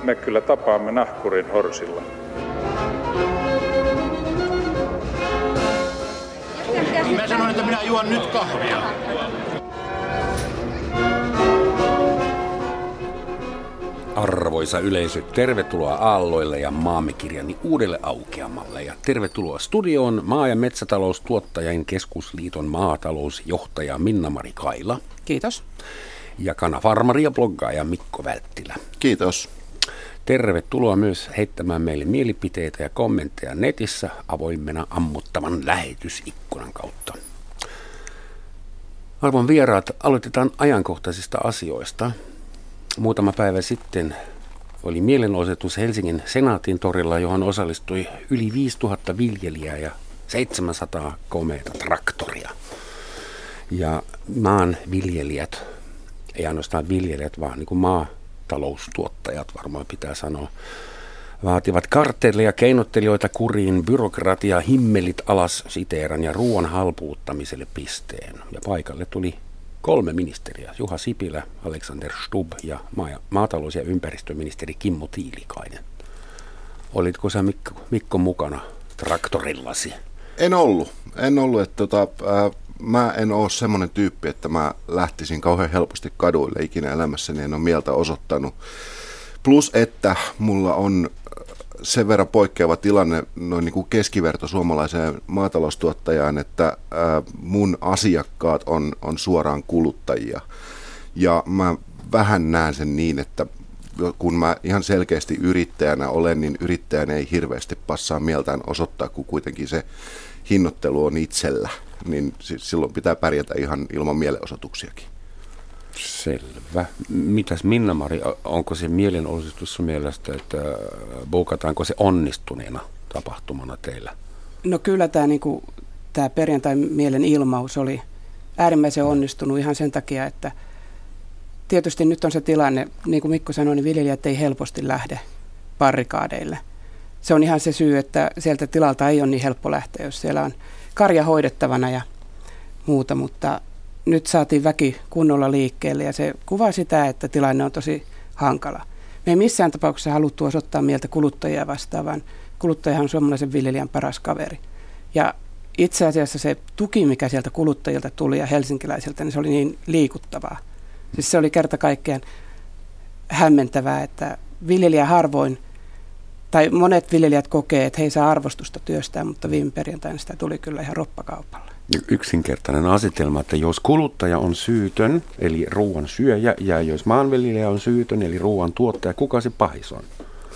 me kyllä tapaamme nahkurin horsilla. Mä sanoin, että minä juon nyt kahvia. Arvoisa yleisö, tervetuloa Aalloille ja Maamme kirjani uudelle aukeamalle. Ja tervetuloa studioon maa- ja metsätaloustuottajien keskusliiton maatalousjohtaja Minna-Mari Kaila. Kiitos. Ja kanafarmari ja bloggaaja Mikko Välttilä. Kiitos. Tervetuloa myös heittämään meille mielipiteitä ja kommentteja netissä avoimena ammuttavan lähetysikkunan kautta. Arvon vieraat, aloitetaan ajankohtaisista asioista. Muutama päivä sitten oli mielenosoitus Helsingin Senaatin torilla, johon osallistui yli 5000 viljelijää ja 700 komeata traktoria. Ja maan viljelijät, ei ainoastaan viljelijät, vaan niin kuin maataloustuottajat varmaan pitää sanoa, vaativat kartelleja, keinottelijoita kuriin, byrokratia, himmelit alas siteeran ja ruoan halpuuttamiselle pisteen. Ja paikalle tuli 3 ministeriä, Juha Sipilä, Alexander Stubb ja maatalous- ja ympäristöministeri Kimmo Tiilikainen. Olitko sä Mikko mukana traktorillasi? En ollut. Että mä en ole semmoinen tyyppi, että mä lähtisin kauhean helposti kaduille ikinä elämässäni, en ole mieltä osoittanut. Plus, että mulla on sen verran poikkeava tilanne noin niin kuin keskiverto suomalaiseen maataloustuottajaan, että mun asiakkaat on suoraan kuluttajia. Ja mä vähän näen sen niin, että kun mä ihan selkeästi yrittäjänä olen, niin yrittäjän ei hirveästi passaa mieltään osoittaa, kun kuitenkin se hinnoittelu on itsellä. Niin silloin pitää pärjätä ihan ilman mielenosoituksiakin. Selvä. Mitäs Minna-Mari, onko se mielenosoitus sun mielestä, että buukataanko se onnistuneena tapahtumana teillä? No kyllä tämä perjantain mielen ilmaus oli äärimmäisen onnistunut ihan sen takia, että tietysti nyt on se tilanne, niin kuin Mikko sanoi, niin viljelijät ei helposti lähde barrikaadeille. Se on ihan se syy, että sieltä tilalta ei ole niin helppo lähteä, jos siellä on karja hoidettavana ja muuta, mutta nyt saatiin väki kunnolla liikkeelle ja se kuvaa sitä, että tilanne on tosi hankala. Me ei missään tapauksessa haluttu osoittaa mieltä kuluttajia vastaan, vaan kuluttajahan on suomalaisen viljelijän paras kaveri. Ja itse asiassa se tuki, mikä sieltä kuluttajilta tuli ja helsinkiläisiltä, niin se oli niin liikuttavaa. Siis se oli kerta kaikkiaan hämmentävää, että viljelijä harvoin, tai monet viljelijät kokee, että he ei saa arvostusta työstään, mutta viime perjantaina sitä tuli kyllä ihan roppakaupalla. Yksinkertainen asetelma, että jos kuluttaja on syytön, eli ruoan syöjä, ja jos maanviljelijä on syytön, eli ruoan tuottaja, kuka se pahis on?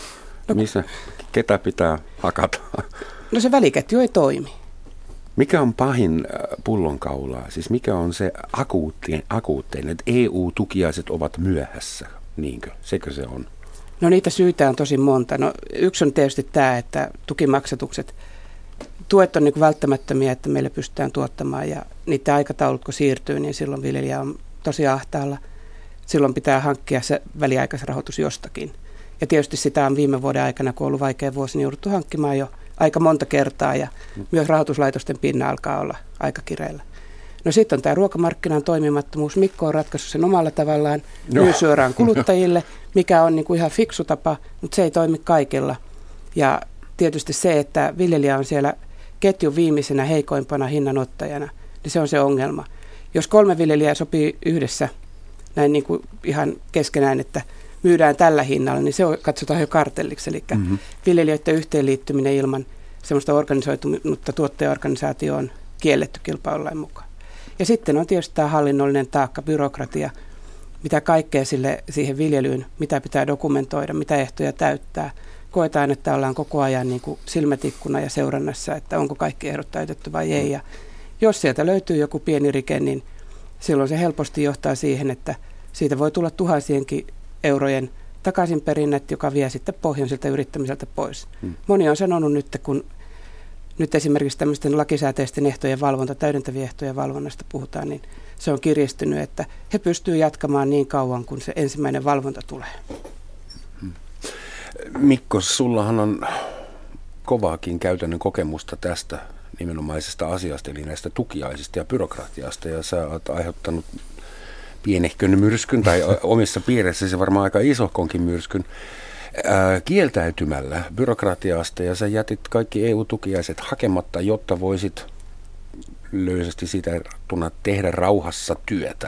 Ketä pitää hakata? No se väliketju ei toimi. Mikä on pahin pullonkaulaa? Siis mikä on se akuuttein, että EU-tukiaiset ovat myöhässä? Niinkö? Sekö se on? No niitä syitä on tosi monta. No yksi on tietysti tämä, että tukimaksatukset, tuet on niin kuin välttämättömiä, että meillä pystytään tuottamaan ja niiden aikataulut kun siirtyy, niin silloin viljelijä on tosi ahtaalla. Silloin pitää hankkia se väliaikaisrahoitus jostakin. Ja tietysti sitä on viime vuoden aikana, kun on ollut vaikea vuosi, niin jouduttu hankkimaan jo aika monta kertaa ja myös rahoituslaitosten pinna alkaa olla aika kireillä. No sitten on tämä ruokamarkkinan toimimattomuus. Mikko on ratkaissut sen omalla tavallaan, myy suoraan kuluttajille, mikä on niin kuin ihan fiksu tapa, mutta se ei toimi kaikilla. Ja tietysti se, että viljelijä on siellä ketjun viimeisenä heikoimpana hinnanottajana, niin se on se ongelma. Jos 3 viljelijää sopii yhdessä näin niin kuin ihan keskenään, että myydään tällä hinnalla, niin se katsotaan jo kartelliksi. Eli viljelijöiden yhteenliittyminen ilman semmoista organisoitunutta tuottajaorganisaatioon on kielletty kilpailulain mukaan. Ja sitten on tietysti tämä hallinnollinen taakka, byrokratia, mitä kaikkea siihen viljelyyn, mitä pitää dokumentoida, mitä ehtoja täyttää. Koetaan, että ollaan koko ajan niin kuin silmätikkuna ja seurannassa, että onko kaikki ehdot täytetty vai ei. Ja jos sieltä löytyy joku pieni rike, niin silloin se helposti johtaa siihen, että siitä voi tulla tuhansienkin eurojen takaisinperinnät, joka vie sitten pohjan siltä yrittämiseltä pois. Moni on sanonut nyt, kun nyt esimerkiksi tämmöisten lakisääteisten ehtojen valvonta, täydentävien ehtojen valvonnasta puhutaan, niin se on kiristynyt, että he pystyvät jatkamaan niin kauan, kun se ensimmäinen valvonta tulee. Mikko, sullahan on kovaakin käytännön kokemusta tästä nimenomaisesta asiasta, eli näistä tukiaisista ja byrokratiasta, ja sä oot aiheuttanut pienehkön myrskyn, tai omissa piireissä se varmaan aika isohkonkin myrskyn. kieltäytymällä byrokratiasta ja sä jätit kaikki EU-tukiaiset hakematta, jotta voisit löysästi siitä tehdä rauhassa työtä.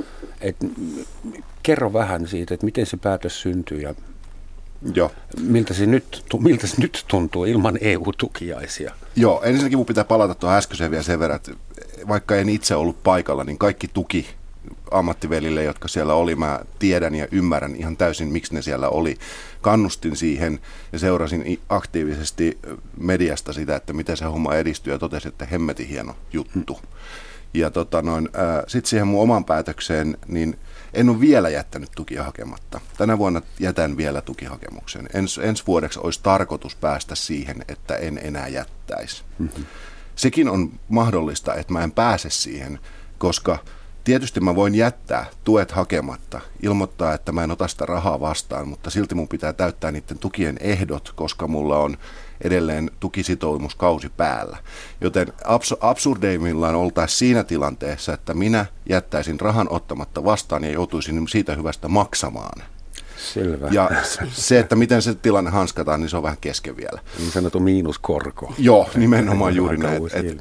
Kerro vähän siitä, että miten se päätös syntyi ja Joo. Miltä se nyt tuntuu ilman EU-tukiaisia? Joo, ensinnäkin mun pitää palata tuohon äskeiseen vielä sen verran, että vaikka en itse ollut paikalla, niin kaikki tuki ammattivelille, jotka siellä oli, mä tiedän ja ymmärrän ihan täysin, miksi ne siellä oli. Kannustin siihen ja seurasin aktiivisesti mediasta sitä, että miten se homma edistyy ja totesin, että hemmetin hieno juttu. Ja sitten siihen mun oman päätökseen, niin en ole vielä jättänyt tukia hakematta. Tänä vuonna jätän vielä tukihakemuksen. Ensi vuodeksi olisi tarkoitus päästä siihen, että en enää jättäisi. Mm-hmm. Sekin on mahdollista, että mä en pääse siihen, koska tietysti mä voin jättää tuet hakematta, ilmoittaa, että mä en ota sitä rahaa vastaan, mutta silti mun pitää täyttää niiden tukien ehdot, koska mulla on edelleen tukisitoumuskausi päällä. Joten absurdeimmillaan oltaisiin siinä tilanteessa, että minä jättäisin rahan ottamatta vastaan ja joutuisin siitä hyvästä maksamaan. Selvä. Ja se, että miten se tilanne hanskataan, niin se on vähän kesken vielä. Niin sanottu miinuskorko. Joo, nimenomaan juuri näin.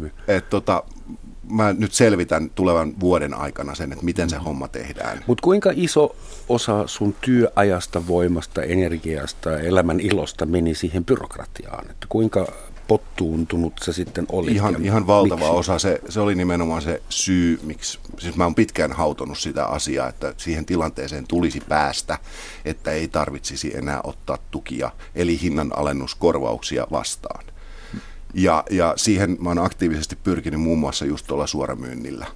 Mä nyt selvitän tulevan vuoden aikana sen, että miten se homma tehdään. Mutta kuinka iso osa sun työajasta, voimasta, energiasta, elämän ilosta meni siihen byrokratiaan? Että kuinka pottuuntunut se sitten oli? Ihan valtava osa. Se oli nimenomaan se syy, miksi. Siis mä oon pitkään hautonut sitä asiaa, että siihen tilanteeseen tulisi päästä, että ei tarvitsisi enää ottaa tukia, eli hinnanalennuskorvauksia vastaan. Ja siihen mä oon aktiivisesti pyrkinyt muun muassa just tuolla suoramyynnillä.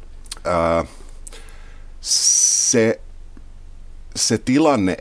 Se tilanne,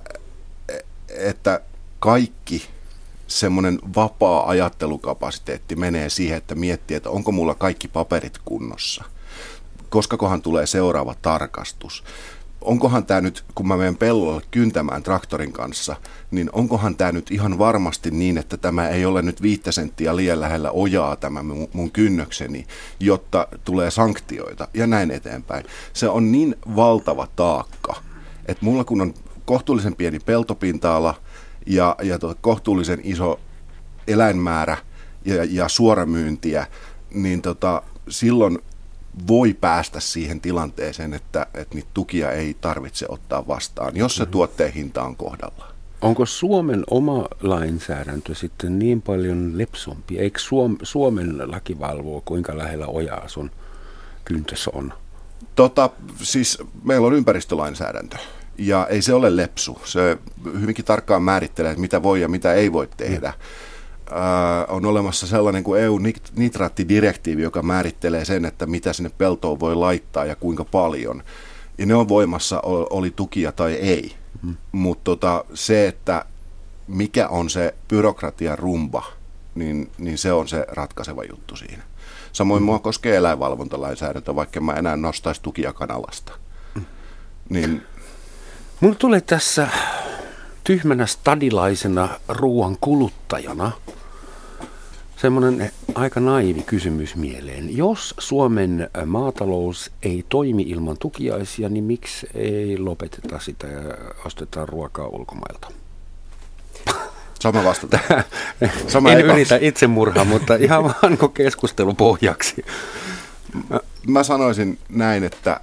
että kaikki semmoinen vapaa ajattelukapasiteetti menee siihen, että miettii, että onko mulla kaikki paperit kunnossa. Koskakohan tulee seuraava tarkastus. Onkohan tämä nyt, kun mä menen pellolle kyntämään traktorin kanssa, niin onkohan tämä nyt ihan varmasti niin, että tämä ei ole nyt 5 senttiä liian lähellä ojaa tämä mun kynnökseni, jotta tulee sanktioita ja näin eteenpäin. Se on niin valtava taakka, että mulla kun on kohtuullisen pieni peltopinta-ala ja kohtuullisen iso eläinmäärä ja suoramyyntiä, niin silloin voi päästä siihen tilanteeseen, että niitä tukia ei tarvitse ottaa vastaan, jos se tuotteen hinta on kohdallaan. Onko Suomen oma lainsäädäntö sitten niin paljon lepsumpi? Eikö Suomen laki valvoo, kuinka lähellä ojaa sun kyntössä on? Siis meillä on ympäristölainsäädäntö ja ei se ole lepsu. Se hyvinkin tarkkaan määrittelee, että mitä voi ja mitä ei voi tehdä. On olemassa sellainen kuin EU-nitraattidirektiivi, joka määrittelee sen, että mitä sinne peltoon voi laittaa ja kuinka paljon. Ja ne on voimassa, oli tukia tai ei. Mutta se, että mikä on se byrokratian rumba, niin se on se ratkaiseva juttu siinä. Samoin mua koskee eläinvalvontalainsäädäntö, vaikka mä enää nostaisi tukia kanalasta. Niin. Mulla tulee tässä tyhmänä stadilaisena ruoan kuluttajana semmoinen aika naivi kysymys mieleen. Jos Suomen maatalous ei toimi ilman tukiaisia, niin miksi ei lopeteta sitä ja ostetaan ruokaa ulkomailta? Sama vastata. En yritä itsemurhaa, mutta ihan vaan keskustelun pohjaksi. Mä sanoisin näin, että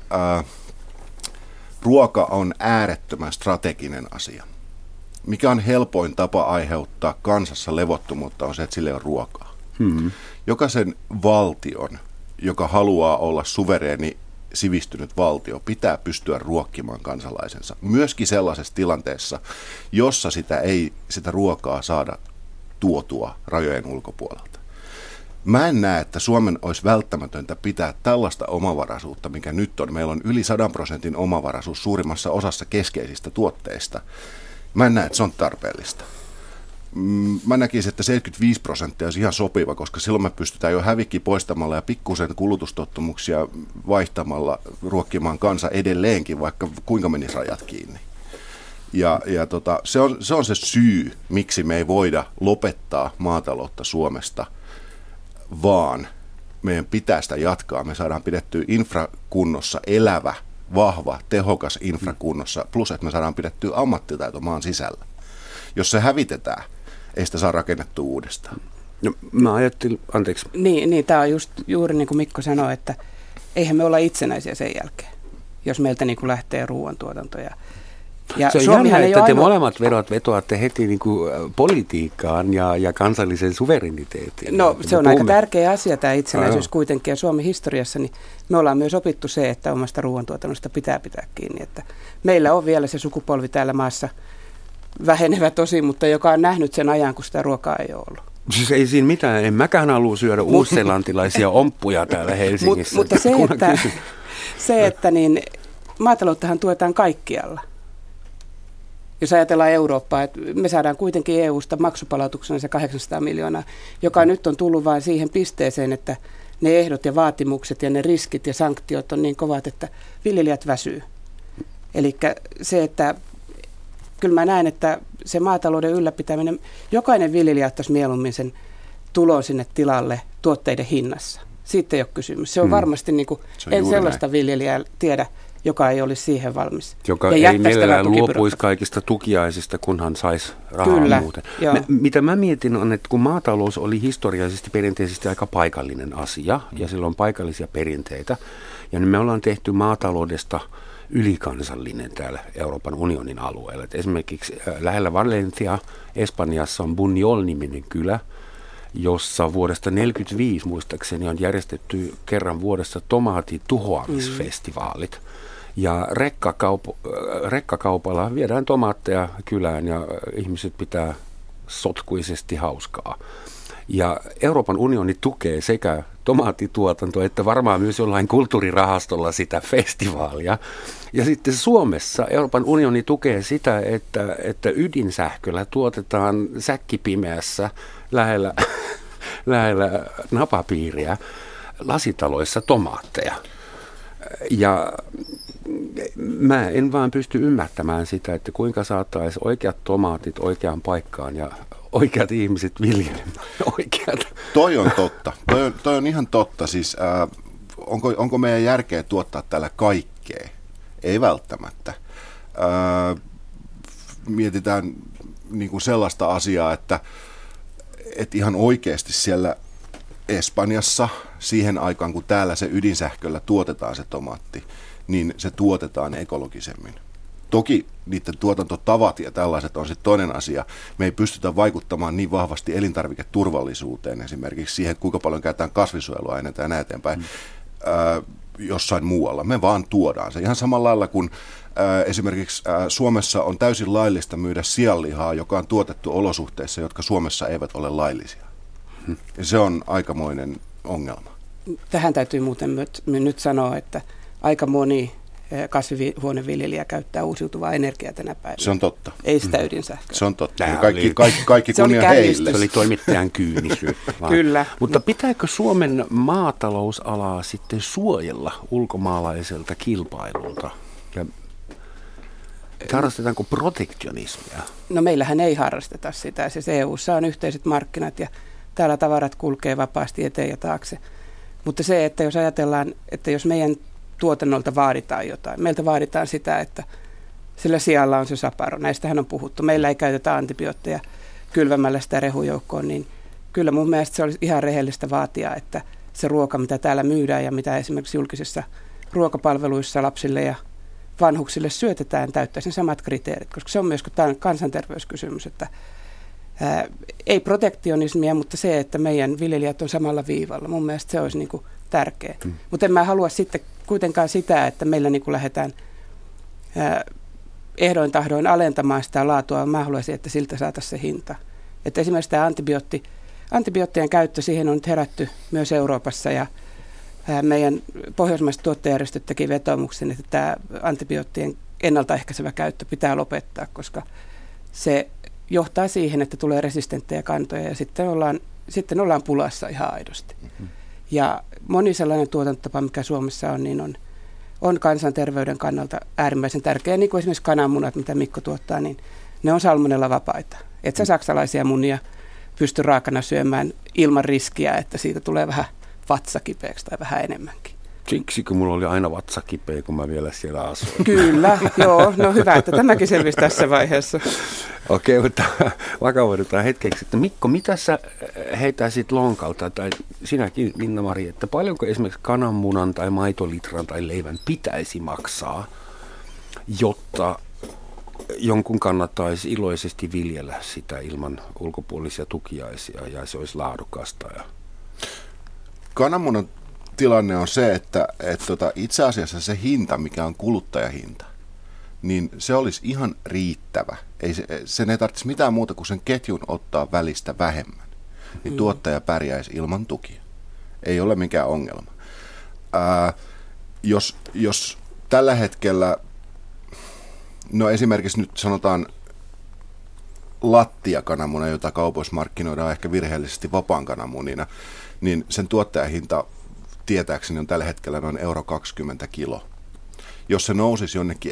ruoka on äärettömän strateginen asia. Mikä on helpoin tapa aiheuttaa kansassa levottomuutta on se, että sille on ruokaa. Jokaisen valtion, joka haluaa olla suvereeni sivistynyt valtio, pitää pystyä ruokkimaan kansalaisensa. Myöskin sellaisessa tilanteessa, jossa sitä ruokaa saada tuotua rajojen ulkopuolelta. Mä en näe, että Suomen olisi välttämätöntä pitää tällaista omavaraisuutta, mikä nyt on. Meillä on yli 100% omavaraisuus suurimmassa osassa keskeisistä tuotteista. Mä en näe, että se on tarpeellista. Mä näkisin, että 75% olisi ihan sopiva, koska silloin me pystytään jo hävikki poistamalla ja pikkusen kulutustottumuksia vaihtamalla ruokkimaan kansa edelleenkin, vaikka kuinka menisi rajat kiinni. Se on se syy, miksi me ei voida lopettaa maataloutta Suomesta, vaan meidän pitää sitä jatkaa. Me saadaan pidettyä infrakunnossa elävä, vahva, tehokas infrakunnossa, plus että me saadaan pidettyä ammattitaito maan sisällä. Jos se hävitetään, ei sitä saa rakennettua uudestaan. No, mä ajattelin, anteeksi. Niin tämä on juuri niin kuin Mikko sanoi, että eihän me olla itsenäisiä sen jälkeen, jos meiltä niin kuin lähtee ruoantuotanto. Ja se on jännä, että te molemmat vetoatte heti niin kuin politiikkaan ja kansalliseen suvereniteettiin. No se on aika tärkeä asia tämä itsenäisyys kuitenkin, ja Suomen historiassa niin me ollaan myös opittu se, että omasta ruoantuotannosta pitää kiinni. Että meillä on vielä se sukupolvi täällä maassa vähenevä tosi, mutta joka on nähnyt sen ajan, kun sitä ruokaa ei ole ollut. Siis ei siinä mitään, en mäkään halua syödä uusseelantilaisia omppuja täällä Helsingissä. Mutta se, että niin, maatalouttahan tuetaan kaikkialla. Jos ajatellaan Eurooppaa, että me saadaan kuitenkin EUsta maksupalautuksena se 800 miljoonaa, joka nyt on tullut vain siihen pisteeseen, että ne ehdot ja vaatimukset ja ne riskit ja sanktiot on niin kovat, että viljelijät väsyy. Eli se, että kyllä mä näen, että se maatalouden ylläpitäminen, jokainen viljelijä ottaisi mieluummin sen tulon sinne tilalle tuotteiden hinnassa. Siitä ei ole kysymys. Se on varmasti, niin kuin, en sellaista viljelijää tiedä, joka ei olisi siihen valmis. Joka ei mielellään luopuisi kaikista tukiaisista, kunhan saisi rahaa kyllä, muuten. Mitä mä mietin on, että kun maatalous oli historiallisesti perinteisesti aika paikallinen asia, ja sillä on paikallisia perinteitä, ja niin me ollaan tehty maataloudesta ylikansallinen täällä Euroopan unionin alueella. Et esimerkiksi lähellä Valencia, Espanjassa on Buñol-niminen kylä, jossa vuodesta 1945 muistaakseni on järjestetty kerran vuodessa tomaatituhoamisfestivaalit. Ja rekkakaupalla viedään tomaatteja kylään ja ihmiset pitää sotkuisesti hauskaa. Ja Euroopan unioni tukee sekä tomaattituotantoa että varmaan myös jollain kulttuurirahastolla sitä festivaalia. Ja sitten Suomessa Euroopan unioni tukee sitä, että ydinsähköllä tuotetaan säkkipimeässä lähellä napapiiriä lasitaloissa tomaatteja. Ja mä en vaan pysty ymmärtämään sitä, että kuinka saataisiin oikeat tomaatit oikeaan paikkaan ja oikeat ihmiset viljelemään oikeat. Toi on totta. Toi on ihan totta. Siis, onko meidän järkeä tuottaa täällä kaikkea? Ei välttämättä. Mietitään niin kuin sellaista asiaa, että ihan oikeasti siellä Espanjassa siihen aikaan, kun täällä se ydinsähköllä tuotetaan se tomaatti, niin se tuotetaan ekologisemmin. Toki niiden tuotantotavat ja tällaiset on sitten toinen asia. Me ei pystytä vaikuttamaan niin vahvasti elintarviketurvallisuuteen, esimerkiksi siihen, että kuinka paljon käytetään kasvinsuojeluaineita ja näin eteenpäin jossain muualla. Me vaan tuodaan se. Ihan samalla lailla kuin esimerkiksi Suomessa on täysin laillista myydä sianlihaa, joka on tuotettu olosuhteissa, jotka Suomessa eivät ole laillisia. Ja se on aikamoinen ongelma. Tähän täytyy muuten nyt sanoa, että aika moni kasvihuoneviljelijä käyttää uusiutuvaa energiaa tänä päivänä. Se on totta. Ei sitä ydinsähköä. Se on totta. Kaikki kunnia heille. Se oli toimittajan kyynisyys. Kyllä. Mutta pitääkö Suomen maatalousalaa sitten suojella ulkomaalaiselta kilpailulta? Ja harrastetaanko protektionismia? No meillähän ei harrasteta sitä. Siis EU:ssa on yhteiset markkinat ja täällä tavarat kulkee vapaasti eteen ja taakse. Mutta se, että jos ajatellaan, että jos meidän tuotannolta vaaditaan jotain, meiltä vaaditaan sitä, että sillä sijalla on se saparo. Näistähän on puhuttu. Meillä ei käytetä antibiootteja kylvämällä sitä rehujoukkoon, niin kyllä mun mielestä se olisi ihan rehellistä vaatia, että se ruoka, mitä täällä myydään ja mitä esimerkiksi julkisissa ruokapalveluissa lapsille ja vanhuksille syötetään, täyttää sen samat kriteerit, koska se on myös kansanterveyskysymys, että ei protektionismia, mutta se, että meidän viljelijät on samalla viivalla. Mun mielestä se olisi niin kuin tärkeä. Mutta en mä halua sitten kuitenkaan sitä, että meillä niin kuin lähdetään ehdoin tahdoin alentamaan sitä laatua. Mä haluaisin, että siltä saataisiin se hinta. Että esimerkiksi tämä antibioottien käyttö, siihen on nyt herätty myös Euroopassa ja meidän pohjoismaiset tuottajajärjestöt teki vetoomuksen, että tämä antibioottien ennaltaehkäisevä käyttö pitää lopettaa, koska se johtaa siihen, että tulee resistenttejä kantoja ja sitten ollaan pulassa ihan aidosti. Ja moni sellainen tuotantotapa, mikä Suomessa on, niin on kansanterveyden kannalta äärimmäisen tärkeä. Niin kuin esimerkiksi kananmunat, mitä Mikko tuottaa, niin ne on salmonella vapaita. Et sä saksalaisia munia pysty raakana syömään ilman riskiä, että siitä tulee vähän vatsa kipeäksi tai vähän enemmänkin. Siksi, kun mulla oli aina vatsa kipeä, kun mä vielä siellä asuin. Kyllä, joo. No hyvä, että tämäkin selvisi tässä vaiheessa. Okei, mutta vakavoidutaan hetkeksi. Että Mikko, mitä sä heitäisit lonkalta, tai sinäkin, Minna-Mari, että paljonko esimerkiksi kananmunan tai maitolitran tai leivän pitäisi maksaa, jotta jonkun kannattaisi iloisesti viljellä sitä ilman ulkopuolisia tukiaisia ja se olisi laadukasta? Kananmunan tilanne on se, että itse asiassa se hinta, mikä on kuluttajahinta, niin se olisi ihan riittävä. Sen ei tarvitsisi mitään muuta kuin sen ketjun ottaa välistä vähemmän. Niin tuottaja pärjäisi ilman tukia. Ei ole mikään ongelma. Jos tällä hetkellä, no esimerkiksi nyt sanotaan lattiakananmuna, jota kaupoissa markkinoidaan ehkä virheellisesti vapaan kananmunina, niin sen tuottajahinta tietääkseni on tällä hetkellä noin €20 kilo. Jos se nousisi jonnekin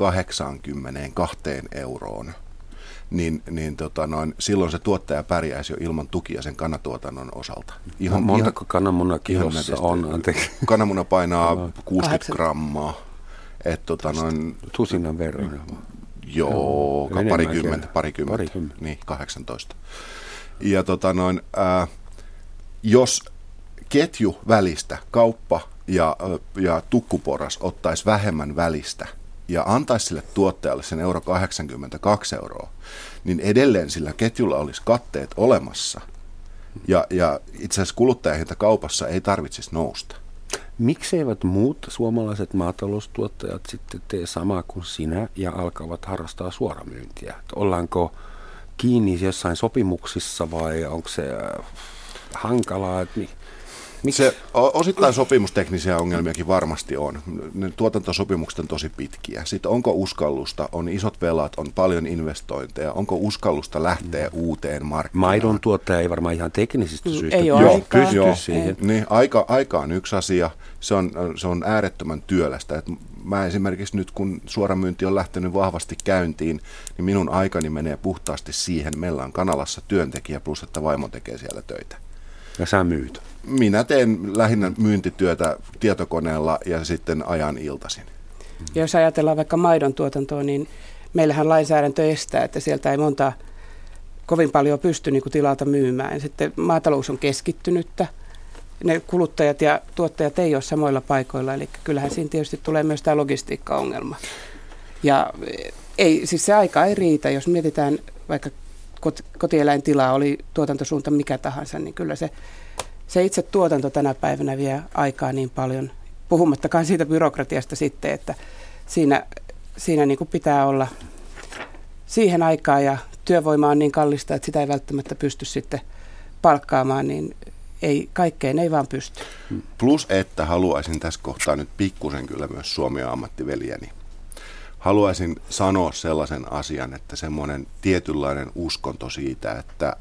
€80–2 niin silloin se tuottaja pärjäisi jo ilman tukia sen kanatuotannon osalta. Montako kananmuna kilossa on? Anteeksi. Kananmuna painaa 60 grammaa. Tusinan verran. Joo, parikymmentä. Niin, 18. Ja jos ketju välistä, kauppa ja tukkuporras ottaisi vähemmän välistä ja antaisi sille tuottajalle sen €82, niin edelleen sillä ketjulla olisi katteet olemassa. Ja itse asiassa kuluttajahinta kaupassa ei tarvitsisi nousta. Mikseivät muut suomalaiset maataloustuottajat sitten tee samaa kuin sinä ja alkavat harrastaa suoramyyntiä? Ollaanko kiinni jossain sopimuksissa vai onko se hankalaa? Se osittain sopimusteknisiä ongelmiakin varmasti on. Ne tuotantosopimukset on tosi pitkiä. Sitten onko uskallusta, on isot velat, on paljon investointeja, onko uskallusta lähteä uuteen markkinaan? Maidon tuottaja ei varmaan ihan teknisistä syistä ei ole pysty siihen. Niin, aika on yksi asia. Se on äärettömän työlästä. Et mä esimerkiksi nyt, kun suoramyynti on lähtenyt vahvasti käyntiin, niin minun aikani menee puhtaasti siihen. Meillä on kanalassa työntekijä plus, että vaimo tekee siellä töitä. Ja sä myyt? Minä teen lähinnä myyntityötä tietokoneella ja sitten ajan iltaisin. Ja jos ajatellaan vaikka maidon tuotantoa, niin meillähän lainsäädäntö estää, että sieltä ei monta kovin paljon pysty niin kuin tilalta myymään. Sitten maatalous on keskittynyttä. Ne kuluttajat ja tuottajat ei ole samoilla paikoilla, eli kyllähän siinä tietysti tulee myös tämä logistiikkaongelma. Ja siis se aika ei riitä, jos mietitään vaikka kotieläintilaa, oli tuotantosuunta mikä tahansa, niin kyllä se itse tuotanto tänä päivänä vie aikaa niin paljon, puhumattakaan siitä byrokratiasta sitten, että siinä niin kuin pitää olla siihen aikaa ja työvoima on niin kallista, että sitä ei välttämättä pysty sitten palkkaamaan, niin kaikkeen ei vaan pysty. Plus, että haluaisin tässä kohtaa nyt pikkusen kyllä myös Suomi ammattiveljeni. Haluaisin sanoa sellaisen asian, että semmoinen tietynlainen uskonto siitä, että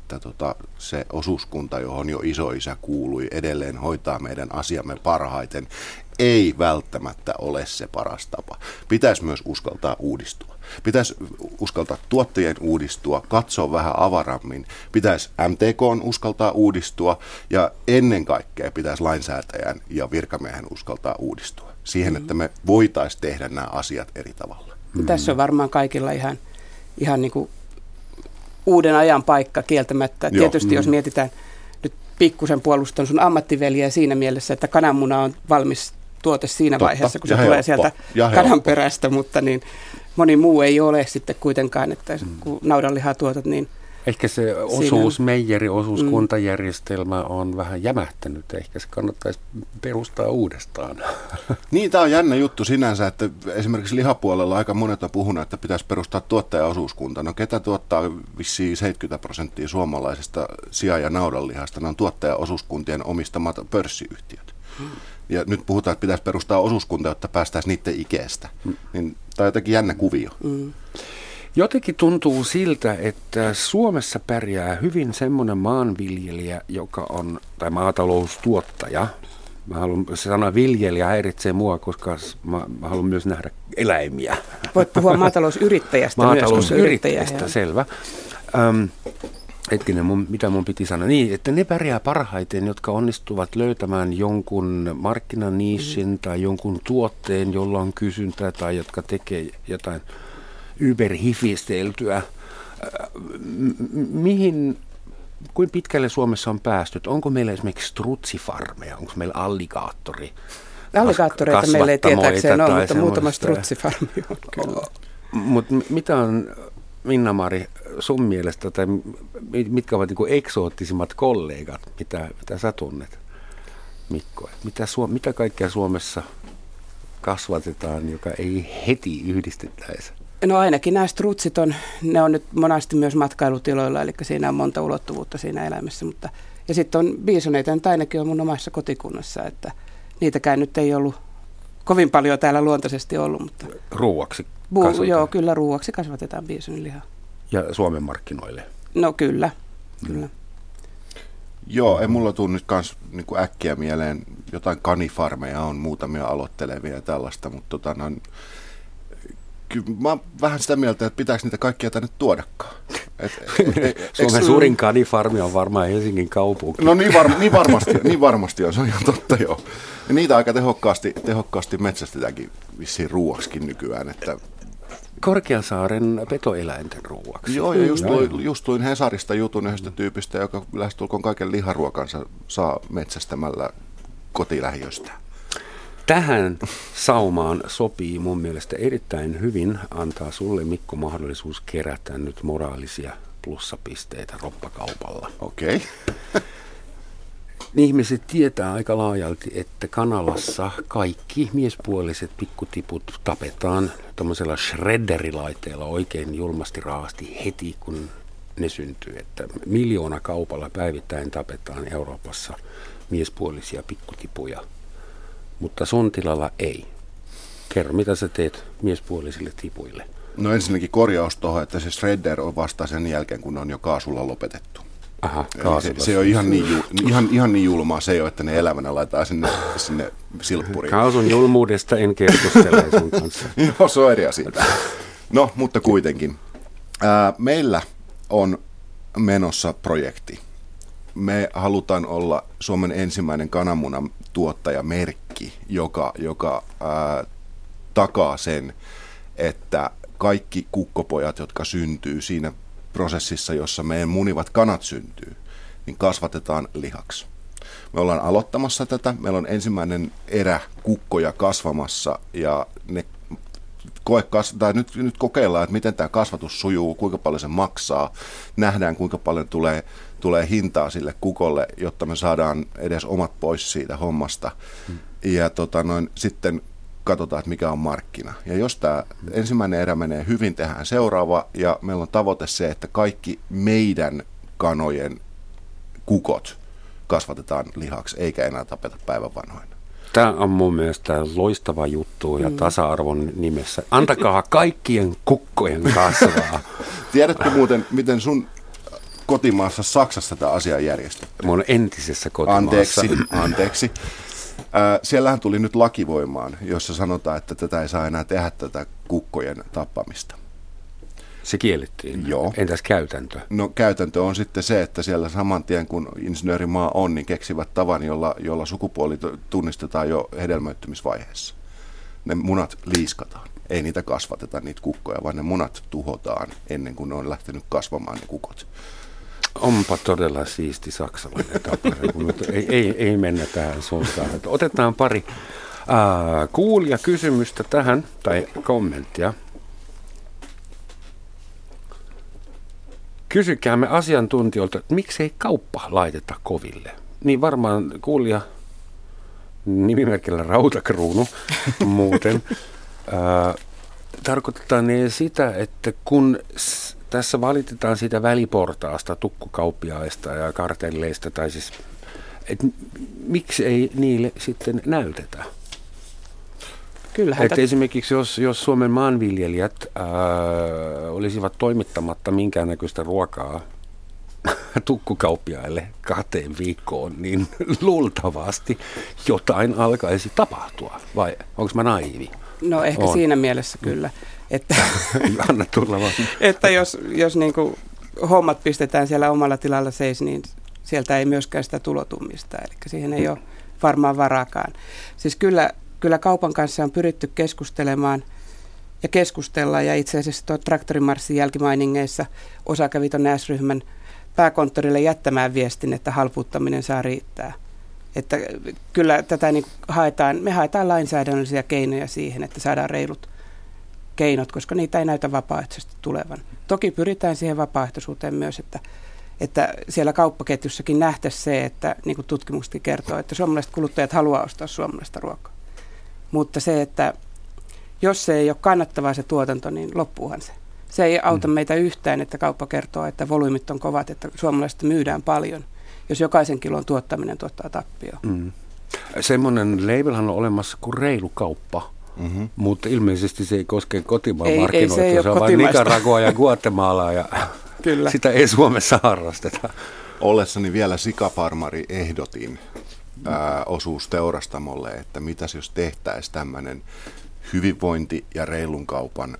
se osuuskunta, johon jo isoisä kuului, edelleen hoitaa meidän asiamme parhaiten, ei välttämättä ole se paras tapa. Pitäisi myös uskaltaa uudistua. Pitäisi uskaltaa tuottajien uudistua, katsoa vähän avarammin. Pitäisi MTK:n uskaltaa uudistua ja ennen kaikkea pitäisi lainsäätäjän ja virkamiehen uskaltaa uudistua siihen, että me voitaisiin tehdä nämä asiat eri tavalla. Tässä on varmaan kaikilla ihan niin kuin uuden ajan paikka kieltämättä. Joo. Tietysti jos mietitään, nyt pikkusen puolustan sun ammattiveliä siinä mielessä, että kananmuna on valmis tuote siinä vaiheessa, kun se tulee sieltä kananperästä, mutta niin moni muu ei ole sitten kuitenkaan, että kun naudanlihaa tuotat, niin ehkä se osuuskuntajärjestelmä on vähän jämähtänyt. Ehkä se kannattaisi perustaa uudestaan. Niin, tämä on jännä juttu sinänsä, että esimerkiksi lihapuolella aika monet on puhunut, että pitäisi perustaa tuottajaosuuskunta. No ketä tuottaa vissiin 70% suomalaisesta sija- ja naudanlihasta? Ne on tuottajaosuuskuntien omistamat pörssiyhtiöt. Ja nyt puhutaan, että pitäisi perustaa osuuskunta, jotta päästäisiin niiden ikeestä. Niin, tämä on jotenkin jännä kuvio. Jotenkin tuntuu siltä, että Suomessa pärjää hyvin semmoinen maanviljelijä, joka on, tai maataloustuottaja. Se sana viljelijä häiritsee mua, koska mä haluan myös nähdä eläimiä. Voit puhua maatalousyrittäjästä myös. Maatalousyrittäjästä, selvä. Hetkinen, mitä mun piti sanoa? Niin, että ne pärjää parhaiten, jotka onnistuvat löytämään jonkun markkinaniissin tai jonkun tuotteen, jolla on kysyntää tai jotka tekee jotain yberhifisteltyä. Kuinka pitkälle Suomessa on päästy? Onko meillä esimerkiksi strutsifarmeja? Onko meillä Alligaattoreita meillä ei tietääkseen ole, mutta muutama strutsifarmi on kyllä. Mutta mitä on, Minna-Mari, sun mielestä, tai mitkä ovat niin eksoottisimmat kollegat, mitä sä tunnet, Mikko? Mitä kaikkea Suomessa kasvatetaan, joka ei heti yhdistettäisi? No ainakin nämä strutsit ne on nyt monasti myös matkailutiloilla, eli siinä on monta ulottuvuutta siinä elämässä. Ja sitten on biisoneita, nyt ainakin on mun omassa kotikunnassa, että niitäkään nyt ei ollut kovin paljon täällä luontaisesti ollut. Mutta ruuaksi kasvatetaan? Joo, kyllä ruuaksi kasvatetaan biisonilihaa. Ja Suomen markkinoille? No kyllä. Joo, ei mulla tule nyt kans niin äkkiä mieleen, jotain kanifarmeja on muutamia aloittelevia ja tällaista, mutta kyllä mä oon vähän sitä mieltä, että pitääkö niitä kaikkia tänne tuodakaan. Suomen suurin kanifarmi on varmaan Helsingin kaupunki. No niin varmasti on, se on ihan totta joo. Ja niitä aika tehokkaasti metsästetäänkin vissiin ruuaksikin nykyään, että Korkeasaaren petoeläinten ruuaksi. Joo, ja just luin Hesarista jutun yhdestä tyypistä, joka lähestulkoon kaiken liharuokansa saa metsästämällä kotilähiöstä. Tähän saumaan sopii mun mielestä erittäin hyvin antaa sulle, Mikko, mahdollisuus kerätä nyt moraalisia plussapisteitä roppakaupalla. Okei. Ihmiset tietää aika laajalti, että Kanalassa kaikki miespuoliset pikkutiput tapetaan tuollaisella shredderilaitteella oikein julmasti raasti heti, kun ne syntyy. Että 1,000,000 kaupalla päivittäin tapetaan Euroopassa miespuolisia pikkutipuja, mutta sun tilalla ei. Kerro, mitä sä teet miespuolisille tipuille? No ensinnäkin korjaus tuohon, että se shredder on vasta sen jälkeen, kun ne on jo kaasulla lopetettu. Aha, se on ihan niin julmaa se jo, että ne elävänä laitetaan sinne silppuriin. Kaasun julmuudesta en keskustele sun kanssa. Joo, se on eri asia. No, mutta kuitenkin. Meillä on menossa projekti. Me halutaan olla Suomen ensimmäinen kananmunan tuottajamerkki, joka takaa sen, että kaikki kukkopojat, jotka syntyy siinä prosessissa, jossa meidän munivat kanat syntyy, niin kasvatetaan lihaksi. Me ollaan aloittamassa tätä. Meillä on ensimmäinen erä kukkoja kasvamassa ja nyt kokeillaan, että miten tämä kasvatus sujuu, kuinka paljon se maksaa. Nähdään, kuinka paljon tulee hintaa sille kukolle, jotta me saadaan edes omat pois siitä hommasta. Ja sitten katsotaan, että mikä on markkina. Ja jos tämä ensimmäinen erä menee hyvin, tehdään seuraava, ja meillä on tavoite se, että kaikki meidän kanojen kukot kasvatetaan lihaksi, eikä enää tapeta päivän vanhoina. Tämä on mun mielestä loistava juttu ja tasa-arvon nimessä. Antakaa kaikkien kukkojen kasvaa. Tiedätkö muuten, miten sun kotimaassa Saksassa tämä asia on järjestetty? Mun entisessä kotimaassa. Anteeksi. Siellähän tuli nyt laki voimaan, jossa sanotaan, että tätä ei saa enää tehdä, tätä kukkojen tappamista. Se kiellettiin. Joo. Entäs käytäntö? No käytäntö on sitten se, että siellä saman tien kun insinöörimaa on, niin keksivät tavan, jolla sukupuoli tunnistetaan jo hedelmöittymisvaiheessa. Ne munat liiskataan. Ei niitä kasvateta, niitä kukkoja, vaan ne munat tuhotaan ennen kuin ne on lähtenyt kasvamaan ne kukot. Onpa todella siisti saksalainen tapa, mutta ei mennä tähän suuntaan. Otetaan pari kuulijakysymystä tähän, tai kommenttia. Kysykäämme asiantuntijoilta, että miksei kauppa laiteta koville. Niin varmaan kuulija nimimerkillä Rautakruunu muuten. Tarkoitetaan sitä, että kun tässä valitetaan siitä väliportaasta, tukkukauppiaista ja kartelleista, tai siis, että miksi ei niille sitten näytetä? Kyllähän että esimerkiksi jos Suomen maanviljelijät olisivat toimittamatta minkäännäköistä ruokaa tukkukauppiaille 2 viikkoon, niin luultavasti jotain alkaisi tapahtua. Vai onko mä naiivi? No ehkä siinä mielessä kyllä. Että anna tulla vaan. Että jos niin kuin hommat pistetään siellä omalla tilalla seis, niin sieltä ei myöskään sitä tulotummista, eli siihen ei ole varmaan varaakaan. Siis kyllä kaupan kanssa on pyritty keskustelemaan ja keskustellaan, ja itse asiassa tuo traktorimarssin jälkimainingeissa osa kävi tuonne S-ryhmän pääkonttorille jättämään viestin, että halpuuttaminen saa riittää. Että kyllä tätä niin me haetaan lainsäädännöllisiä keinoja siihen, että saadaan reilut keinot, koska niitä ei näytä vapaaehtoisesti tulevan. Toki pyritään siihen vapaaehtoisuuteen myös, että siellä kauppaketjussakin nähtäisiin se, että niin kuin tutkimuksetkin kertoo, että suomalaiset kuluttajat haluaa ostaa suomalaista ruokaa. Mutta se, että jos se ei ole kannattavaa se tuotanto, niin loppuuhan se. Se ei auta meitä yhtään, että kauppa kertoo, että volyymit on kovat, että suomalaista myydään paljon, jos jokaisen kilon tuottaminen tuottaa tappioon. Semmoinen labelhan on olemassa kuin reilu kauppa, mutta ilmeisesti se ei koske kotimaan markkinoita. Se on vain Nicaraguaa ja Guatemalaa ja kyllä. Sitä ei Suomessa harrasteta. Ollessani vielä sikafarmari ehdotin osuusteurastamolle, että mitäs jos tehtäisiin tämmöinen hyvinvointi- ja reilun kaupan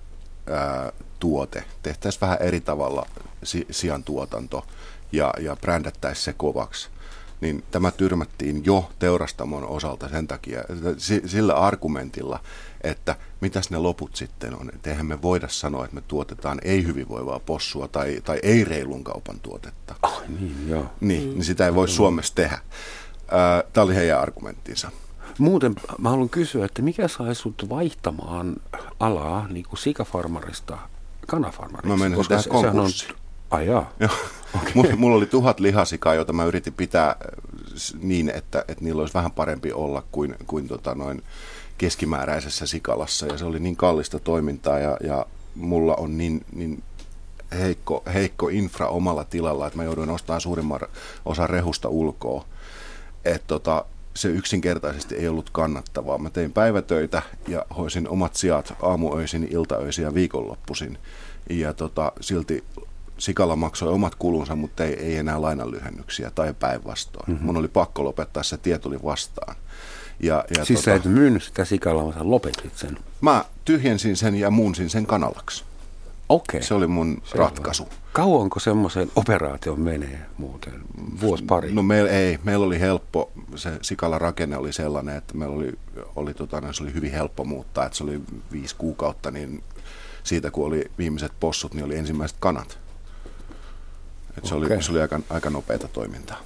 tuote. Tehtäisiin vähän eri tavalla siantuotanto ja brändättäisiin se kovaksi. Niin tämä tyrmättiin jo teurastamon osalta sen takia, sillä argumentilla, että mitäs ne loput sitten on. Et eihän me voida sanoa, että me tuotetaan ei-hyvinvoivaa possua tai ei-reilun kaupan tuotetta. Niin, joo. Niin sitä ei voi Suomessa tehdä. Tämä oli heidän argumenttinsa. Muuten mä haluan kysyä, että mikä sai sut vaihtamaan alaa niin kuin sikafarmarista kanafarmariksi? Mä menin tähän konkurssiin. Ai jaa. Okay. Mulla oli 1000 lihasikaa, jota mä yritin pitää niin, että niillä olisi vähän parempi olla kuin keskimääräisessä sikalassa. Ja se oli niin kallista toimintaa ja mulla on niin heikko infra omalla tilalla, että mä jouduin ostamaan suurimman osan rehusta ulkoa. Että se yksinkertaisesti ei ollut kannattavaa. Mä tein päivätöitä ja hoisin omat sijat aamuöisin, iltaöisin ja viikonloppuisin. Ja silti sikala maksoi omat kulunsa, mutta ei enää lainanlyhennyksiä tai päinvastoin. Mun oli pakko lopettaa, se tie tuli vastaan. Siis sä et myynyt sitä sikalaa, vaan sä lopetit sen? Mä tyhjensin sen ja muunsin sen kanalaksi. Okei. Se oli mun ratkaisu. Kauanko semmoisen operaation menee muuten? Vuosi pari? No meillä oli helppo, se sikala rakenne oli sellainen, että meillä se oli hyvin helppo muuttaa, että se oli 5 kuukautta, niin siitä kun oli viimeiset possut, niin oli ensimmäiset kanat. Että se oli aika nopeata toimintaa.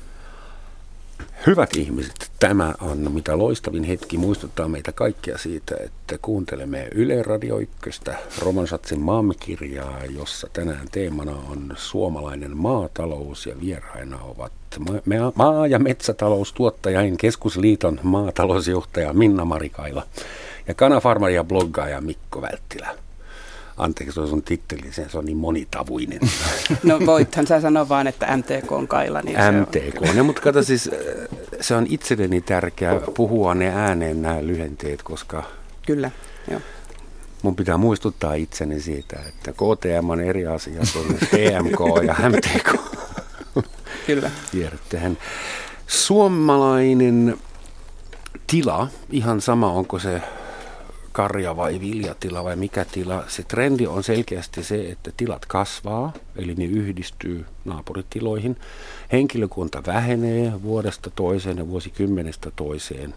Hyvät ihmiset, tämä on mitä loistavin hetki muistuttaa meitä kaikkia siitä, että kuuntelemme Yle Radio 1 Roman Schatzin maamikirjaa, jossa tänään teemana on suomalainen maatalous ja vieraina ovat maa- ja metsätaloustuottajain keskusliiton maatalousjohtaja Minna Marikaila ja kanafarmari ja bloggaaja Mikko Välttilä. Anteeksi, se on sun titteli, se on niin monitavuinen. No voithan sä sanoa vaan, että MTK on Kaila. Niin MTK, no, mutta kato siis, se on itselleni tärkeää puhua ne ääneen nämä lyhenteet, koska kyllä, joo. Mun pitää muistuttaa itseni siitä, että KTM on eri asia kuin TMK ja MTK. Kyllä. Tiedättehän. Suomalainen tila, ihan sama onko se karja- vai viljatila vai mikä tila, se trendi on selkeästi se, että tilat kasvaa, eli ne yhdistyy naapuritiloihin. Henkilökunta vähenee vuodesta toiseen ja vuosikymmenestä toiseen.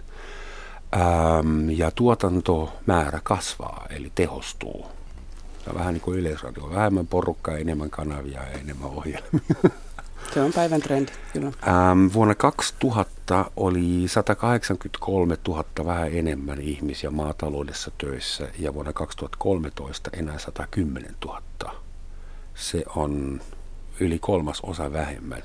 Ja tuotantomäärä kasvaa, eli tehostuu. Se on vähän niin kuin Yleisradio, vähemmän porukkaa, enemmän kanavia ja enemmän ohjelmia. Se on päivän trendi, kyllä. Vuonna 2000 oli 183 000 vähän enemmän ihmisiä maataloudessa töissä ja vuonna 2013 enää 110 000. Se on yli 1/3 vähemmän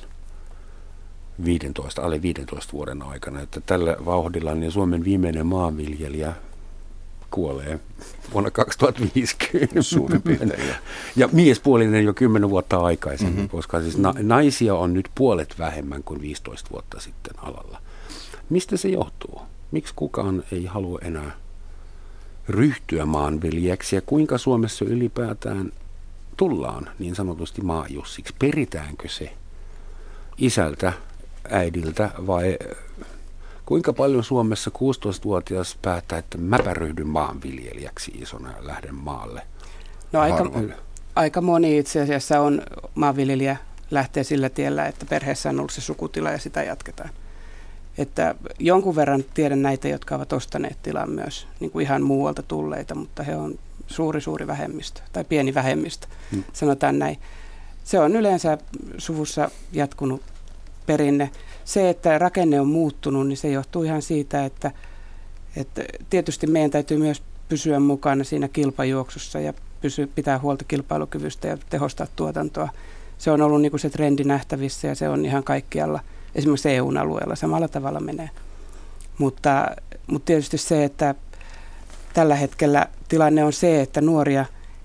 alle 15 vuoden aikana. Että tällä vauhdilla niin Suomen viimeinen maanviljelijä kuolee vuonna 2050. Suurin piirtein. Ja miespuolinen jo 10 vuotta aikaisemmin, koska siis naisia on nyt puolet vähemmän kuin 15 vuotta sitten alalla. Mistä se johtuu? Miksi kukaan ei halua enää ryhtyä maanviljelijäksi ja kuinka Suomessa ylipäätään tullaan niin sanotusti maajussiksi? Peritäänkö se isältä, äidiltä vai kuinka paljon Suomessa 16-vuotias päättää, että mäpä ryhdyn maanviljelijäksi isona ja lähden maalle? No aika moni itse asiassa on maanviljelijä, lähtee sillä tiellä, että perheessä on ollut se sukutila ja sitä jatketaan. Että jonkun verran tiedän näitä, jotka ovat ostaneet tilan myös niin kuin ihan muualta tulleita, mutta he on suuri vähemmistö tai pieni vähemmistö, sanotaan näin. Se on yleensä suvussa jatkunut perinne. Se, että rakenne on muuttunut, niin se johtuu ihan siitä, että tietysti meidän täytyy myös pysyä mukana siinä kilpajuoksussa ja pitää huolta kilpailukyvystä ja tehostaa tuotantoa. Se on ollut niin kuin se trendi nähtävissä ja se on ihan kaikkialla, esimerkiksi EU-alueella samalla tavalla menee. Mutta tietysti se, että tällä hetkellä tilanne on se, että nuoria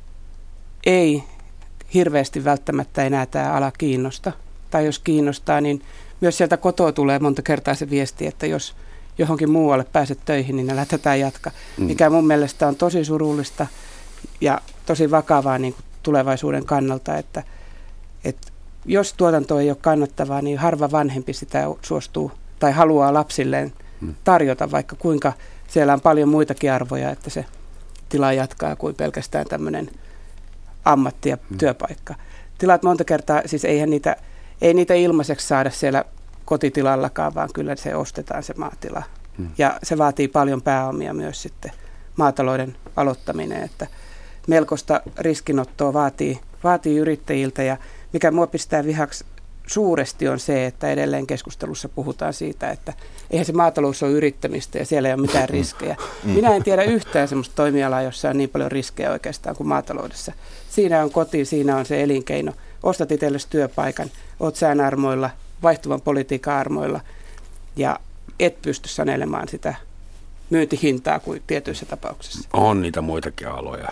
ei hirveästi välttämättä enää tämä ala kiinnosta. Tai jos kiinnostaa, niin myös sieltä kotoa tulee monta kertaa se viesti, että jos johonkin muualle pääset töihin, niin älä tätä jatka. Mikä mun mielestä on tosi surullista ja tosi vakavaa niin kuin tulevaisuuden kannalta, että jos tuotanto ei ole kannattavaa, niin harva vanhempi sitä suostuu tai haluaa lapsilleen tarjota, vaikka kuinka siellä on paljon muitakin arvoja, että se tila jatkaa kuin pelkästään tämmöinen ammatti ja työpaikka. Tilat monta kertaa, siis ei niitä ilmaiseksi saada siellä kotitilallakaan, vaan kyllä se ostetaan se maatila. Ja se vaatii paljon pääomia myös sitten maatalouden aloittaminen, että melkoista riskinottoa vaatii yrittäjiltä ja mikä mua pistää vihaksi suuresti on se, että edelleen keskustelussa puhutaan siitä, että eihän se maatalous ole yrittämistä ja siellä ei ole mitään riskejä. Minä en tiedä yhtään sellaista toimialaa, jossa on niin paljon riskejä oikeastaan kuin maataloudessa. Siinä on koti, siinä on se elinkeino. Ostat itsellesi työpaikan, oot sään armoilla, vaihtuvan politiikan armoilla ja et pysty sanelemaan sitä myyntihintaa kuin tietyissä tapauksissa. On niitä muitakin aloja.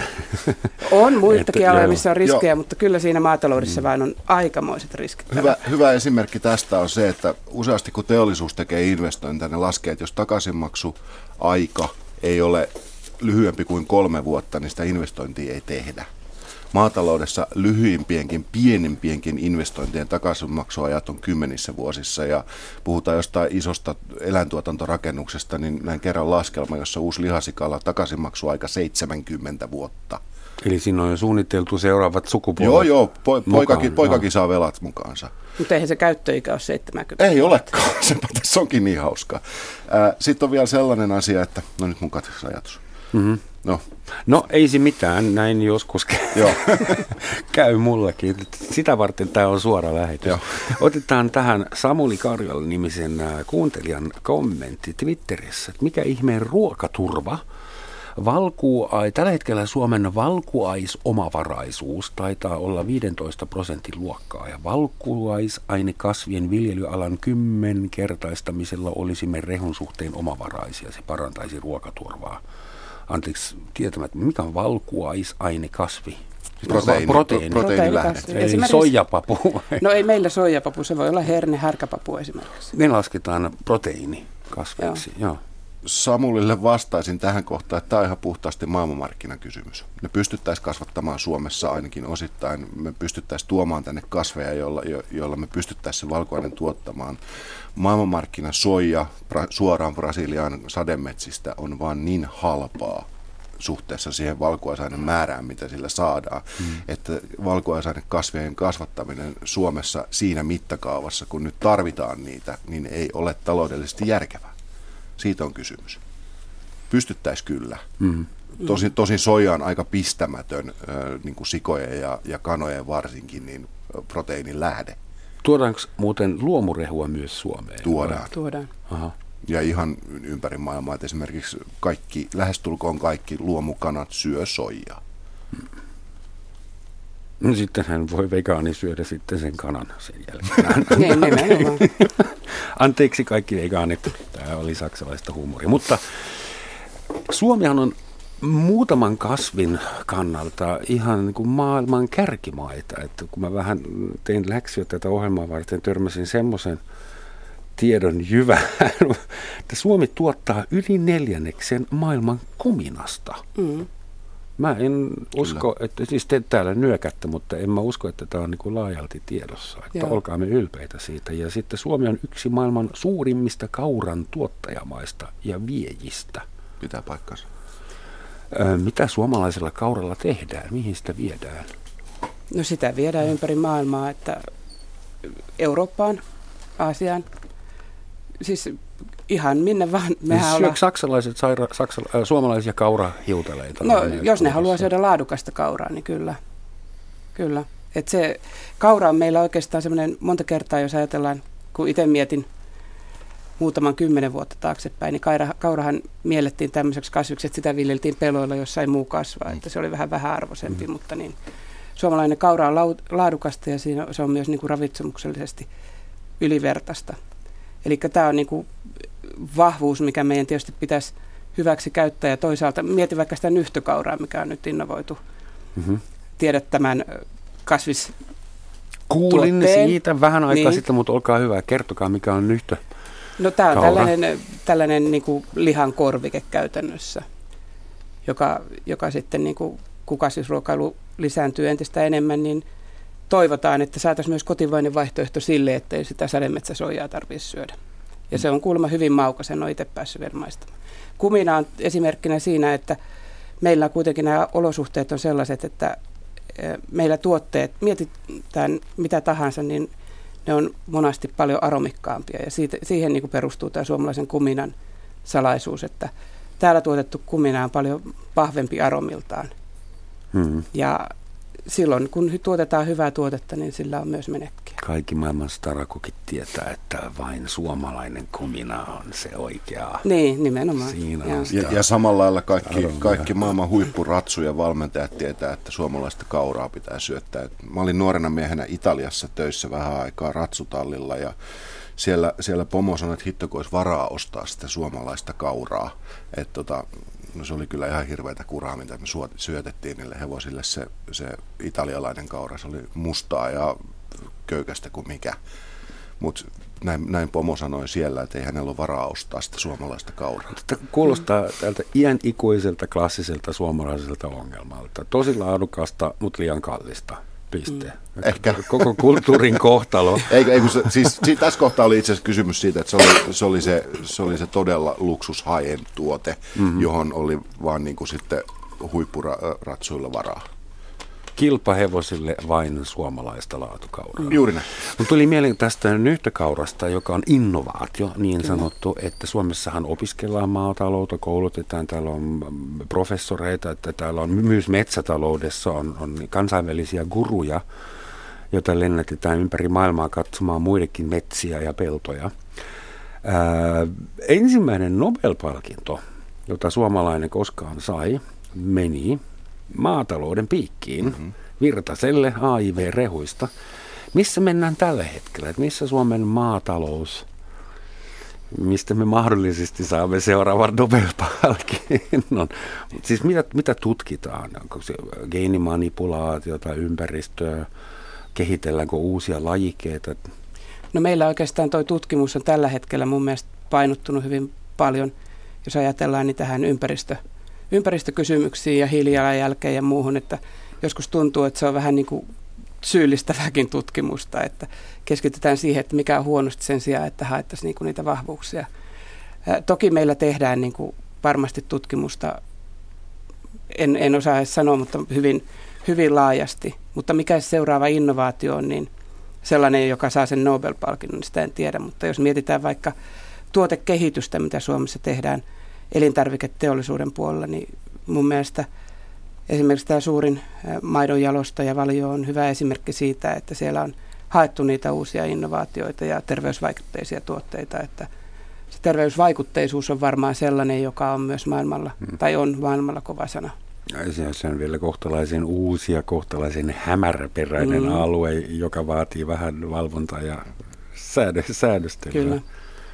On muitakin aloja, missä on riskejä, mutta kyllä siinä maataloudessa vaan on aikamoiset riskit. Hyvä esimerkki tästä on se, että useasti kun teollisuus tekee investointeja, ne laskee, että jos takaisinmaksuaika ei ole lyhyempi kuin 3 vuotta, niin sitä investointia ei tehdä. Maataloudessa pienimpienkin investointien takaisinmaksuajat on 10 vuosissa ja puhutaan jostain isosta eläintuotantorakennuksesta, niin näin kerran laskelma, jossa uusi lihasikala takaisinmaksuaika 70 vuotta. Eli siinä on jo suunniteltu seuraavat sukupolvet. Joo, poikakin saa velat mukaansa. Mutta eihän se käyttöikä ole 70. Ei olekaan, sepä tässä onkin niin hauskaa. Sitten on vielä sellainen asia, että no nyt mun katkesi ajatus. No ei se mitään, näin joskus käy mullekin. Sitä varten tämä on suora lähetys. Joo. Otetaan tähän Samuli Karjala-nimisen kuuntelijan kommentti Twitterissä, että mikä ihmeen ruokaturva. Tällä hetkellä Suomen valkuaisomavaraisuus taitaa olla 15% luokkaa ja valkuaisainekasvien viljelyalan 10-kertaistamisella olisimme rehun suhteen omavaraisia. Se parantaisi ruokaturvaa. Anteeksi, tietämättä, mikä on valkuaisainekasvi? Proteiinilähde. Eli soijapapu. No ei meillä soijapapu, se voi olla herne, härkäpapu esimerkiksi. Ne lasketaan proteiinikasveiksi, joo. Samulille vastaisin tähän kohtaan, että tämä on ihan puhtaasti maailmanmarkkinakysymys. Ne pystyttäisiin kasvattamaan Suomessa ainakin osittain. Me pystyttäisiin tuomaan tänne kasveja, joilla me pystyttäisiin se valkuainen tuottamaan. Maailmanmarkkinasoija suoraan Brasilian sademetsistä on vaan niin halpaa suhteessa siihen valkuaisaineen määrään, mitä sillä saadaan, että valkuaisainekasvien kasvattaminen Suomessa siinä mittakaavassa, kun nyt tarvitaan niitä, niin ei ole taloudellisesti järkevää. Siitä on kysymys. Pystyttäisiin kyllä. Tosin soija on aika pistämätön, niin kuin sikojen ja kanojen varsinkin, niin proteiinin lähde. Tuodaanko muuten luomurehua myös Suomeen? Tuodaan. Aha. Ja ihan ympäri maailmaa, että esimerkiksi lähestulkoon kaikki luomukanat syö soijaa. No sitten hän voi vegaani syödä sitten sen kanan sen jälkeen. Anteeksi kaikki vegaanit, tämä oli saksalaista huumoria. Mutta Suomihan on muutaman kasvin kannalta ihan niin kuin maailman kärkimaita. Että kun mä vähän tein läksyä tätä ohjelmaa varten, törmäsin semmoisen tiedon jyvään, että Suomi tuottaa yli 4% maailman kuminasta. Mä en usko, että siis te täällä nyökätte, mutta en mä usko, että tämä on niin kuin laajalti tiedossa. Että olkaamme ylpeitä siitä. Ja sitten Suomi on yksi maailman suurimmista kauran tuottajamaista ja viejistä. Pitää paikkansa. Mitä suomalaisella kauralla tehdään? Mihin sitä viedään? No sitä viedään ympäri maailmaa, että Eurooppaan, Aasiaan, siis ihan minne vaan. Syökö saksalaiset suomalaisia kaurahiutaleita? No jos ne haluaa syödä laadukasta kauraa, niin kyllä. Kyllä. Et se kaura on meillä oikeastaan semmoinen monta kertaa, jos ajatellaan, kun itse mietin muutaman 10 vuotta taaksepäin, niin kaurahan miellettiin tämmöiseksi kasviksi, että sitä viljeltiin peloilla, jossa ei muu kasvaa, että se oli vähän vähäarvoisempi, mutta niin suomalainen kaura on laadukasta ja se on myös niin kuin ravitsemuksellisesti ylivertaista. Eli tämä on niin kuin vahvuus, mikä meidän tietysti pitäisi hyväksi käyttää ja toisaalta mietin vaikka sitä nyhtökauraa, mikä on nyt innovoitu. Tiedät tämän Kuulin siitä vähän aikaa sitten, mutta olkaa hyvä, kertokaa mikä on nyhtökaura. No tämä on tällainen niin kuin lihan korvike käytännössä, joka sitten niin kuin, kun kasvisruokailu lisääntyy entistä enemmän, niin toivotaan, että saataisiin myös kotimainen vaihtoehto sille, ettei sitä sademetsäsoijaa tarvitse syödä. Ja se on kuulemma hyvin maukas, en ole itse päässyt vielä maistamaan. Kumina on esimerkkinä siinä, että meillä kuitenkin nämä olosuhteet on sellaiset, että meillä tuotteet, mietitään mitä tahansa, niin ne on monasti paljon aromikkaampia ja siihen niin kuin perustuu tämä suomalaisen kuminan salaisuus, että täällä tuotettu kumina on paljon vahvempi aromiltaan. Ja silloin, kun tuotetaan hyvää tuotetta, niin sillä on myös menekkiä. Kaikki maailman starakokit tietää, että vain suomalainen kumina on se oikea. Niin, nimenomaan. Ja samalla lailla kaikki maailman huippuratsuja valmentajat tietää, että suomalaista kauraa pitää syöttää. Mä olin nuorena miehenä Italiassa töissä vähän aikaa ratsutallilla ja siellä pomo sanoi, että hitto kun olisi varaa ostaa sitä suomalaista kauraa. No se oli kyllä ihan hirveätä kuraa, mitä me syötettiin niille hevosille. Se italialainen kaura, se oli mustaa ja köykästä kuin mikä. Mutta näin pomo sanoi siellä, että ei hänellä ole varaa ostaa sitä suomalaista kauraa. Kuulostaa tältä iän ikuiselta klassiselta suomalaiselta ongelmalta. Tosi laadukasta, mutta liian kallista. Piste. Ehkä. Koko kulttuurin kohtalo. Siis tässä kohtaa oli itse asiassa kysymys siitä, että se oli se todella luksus high-end tuote, johon oli vaan niin kuin sitten huippuratsuilla varaa. Kilpahevosille vain suomalaista laatukauraa. Juuri näin. Mutta tuli mieleen tästä nyhtökaurasta, joka on innovaatio, niin sanottu, että Suomessahan opiskellaan maataloutta, koulutetaan, täällä on professoreita, että täällä on myös metsätaloudessa on kansainvälisiä guruja, joita lennätetään ympäri maailmaa katsomaan muidenkin metsiä ja peltoja. Ensimmäinen Nobel-palkinto, jota suomalainen koskaan sai, meni maatalouden piikkiin, Virtaselle AIV-rehuista. Missä mennään tällä hetkellä? Että missä Suomen maatalous, mistä me mahdollisesti saamme seuraavan Nobel-palkinnon? Siis mitä tutkitaan? Onko se geenimanipulaatiota, ympäristöä? Kehitelläänkö uusia lajikkeita? No meillä oikeastaan tuo tutkimus on tällä hetkellä mun mielestä painottunut hyvin paljon, jos ajatellaan niin tähän ympäristökysymyksiin ja hiilijalanjälkeen ja muuhun, että joskus tuntuu, että se on vähän niin kuin syyllistäväkin tutkimusta, että keskitytään siihen, että mikä on huonosti sen sijaan, että haettaisiin niin kuin niitä vahvuuksia. Toki meillä tehdään niin kuin varmasti tutkimusta, en osaa edes sanoa, mutta hyvin laajasti. Mutta mikä se seuraava innovaatio on, niin sellainen, joka saa sen Nobel-palkinnon, niin sitä en tiedä. Mutta jos mietitään vaikka tuotekehitystä, mitä Suomessa tehdään elintarviketeollisuuden puolella, niin mun mielestä esimerkiksi tämä suurin maidonjalostaja Valio on hyvä esimerkki siitä, että siellä on haettu niitä uusia innovaatioita ja terveysvaikutteisia tuotteita, että se terveysvaikutteisuus on varmaan sellainen, joka on myös maailmalla, tai on maailmalla kova sana. Se on vielä kohtalaisen hämäräperäinen alue, joka vaatii vähän valvontaa ja säädöstelyä. Kyllä.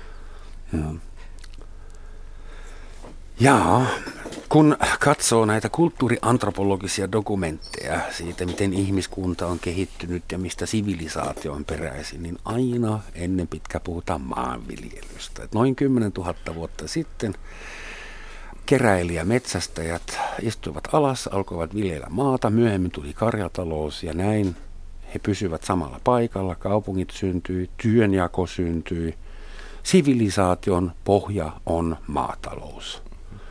Jaa, kun katsoo näitä kulttuuriantropologisia dokumentteja siitä, miten ihmiskunta on kehittynyt ja mistä sivilisaatio on peräisin, niin aina ennen pitkä puhutaan maanviljelystä. Et noin 10 000 vuotta sitten keräilijämetsästäjät istuivat alas, alkoivat viljellä maata, myöhemmin tuli karjatalous ja näin he pysyvät samalla paikalla, kaupungit syntyi, työnjako syntyi, sivilisaation pohja on maatalous.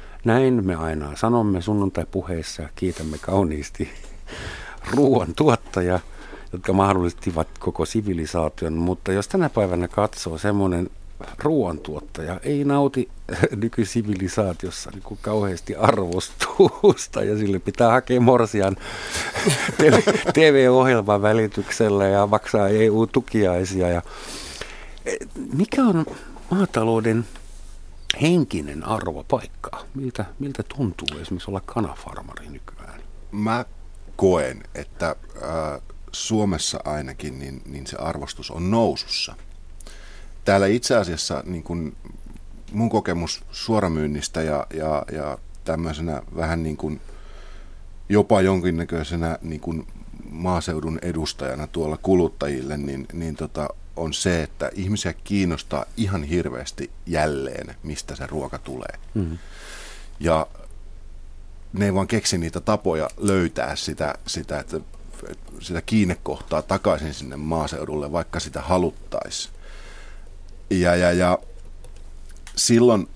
Näin me aina sanomme sunnuntai-puheissa ja kiitämme kauniisti ruoan tuottajia. tuotannosta, jotka mahdollistivat koko sivilisaation, mutta jos tänä päivänä katsoo, semmoinen ruoantuottaja ei nauti nykysivilisaatiossa niin kuin kauheasti arvostusta ja sille pitää hakea morsian TV-ohjelman välityksellä ja maksaa EU-tukiaisia. Ja mikä on maatalouden henkinen arvopaikka? Miltä tuntuu esimerkiksi olla kanafarmari nykyään? Mä koen, että Suomessa ainakin niin se arvostus on nousussa. Täällä itse asiassa niin kuin mun kokemus suoramyynnistä ja tämmöisenä vähän niin kuin jopa jonkinnäköisenä niin kuin maaseudun edustajana tuolla kuluttajille, on se, että ihmisiä kiinnostaa ihan hirveästi jälleen, mistä se ruoka tulee. Mm-hmm. Ja ne ei vaan keksi niitä tapoja löytää sitä kiinnekohtaa takaisin sinne maaseudulle, vaikka sitä haluttaisiin. Ja silloin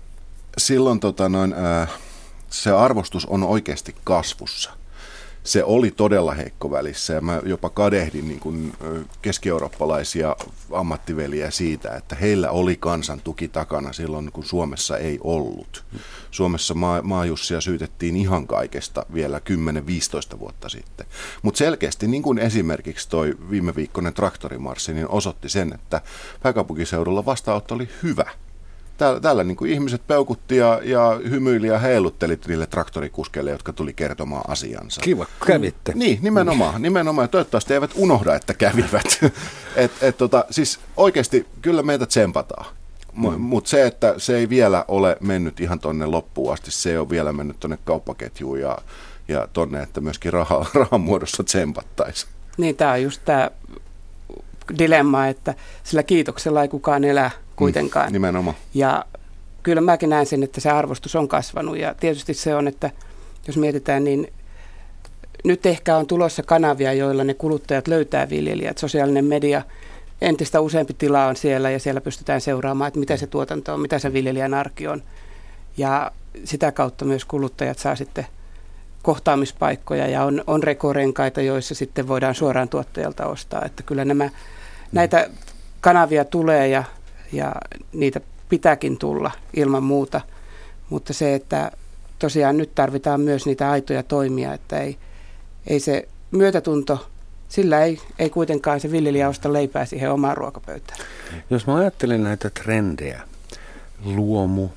se arvostus on oikeasti kasvussa. Se oli todella heikko välissä ja mä jopa kadehdin niin kuin keski-eurooppalaisia ammattiveliä siitä, että heillä oli kansan tuki takana silloin, kun Suomessa ei ollut. Suomessa maajussia syytettiin ihan kaikesta vielä 10-15 vuotta sitten. Mutta selkeästi, niin kuin esimerkiksi toi viime viikkoinen traktorimarssi, niin osoitti sen, että pääkaupunkiseudulla vastaanotto oli hyvä. Täällä niin kuin ihmiset peukutti ja hymyili ja heilutteli niille traktorikuskeille, jotka tuli kertomaan asiansa. Kiva, kävitte. Niin, nimenomaan. Ja toivottavasti eivät unohda, että kävivät. Siis oikeasti kyllä meitä tsempataan. Mutta se, että se ei vielä ole mennyt ihan tonne loppuun asti, se ei ole vielä mennyt tonne kauppaketjuun ja tonne, että myöskin rahan muodossa tsempattaisiin. Niin, tämä on just tämä dilemma, että sillä kiitoksella ei kukaan elä kuitenkaan. Nimenomaan. Ja kyllä mäkin näen sen, että se arvostus on kasvanut ja tietysti se on, että jos mietitään, niin nyt ehkä on tulossa kanavia, joilla ne kuluttajat löytää viljelijät. Sosiaalinen media, entistä useampi tila on siellä ja siellä pystytään seuraamaan, että mitä se tuotanto on, mitä se viljelijän arki on. Ja sitä kautta myös kuluttajat saa sitten kohtaamispaikkoja ja on rekorenkaita, joissa sitten voidaan suoraan tuottajalta ostaa. Että kyllä näitä kanavia tulee ja niitä pitääkin tulla ilman muuta, mutta se, että tosiaan nyt tarvitaan myös niitä aitoja toimia, että ei se myötätunto, sillä ei kuitenkaan se viljelijä osta leipää siihen omaan ruokapöytään. Jos mä ajattelen näitä trendejä, luomu,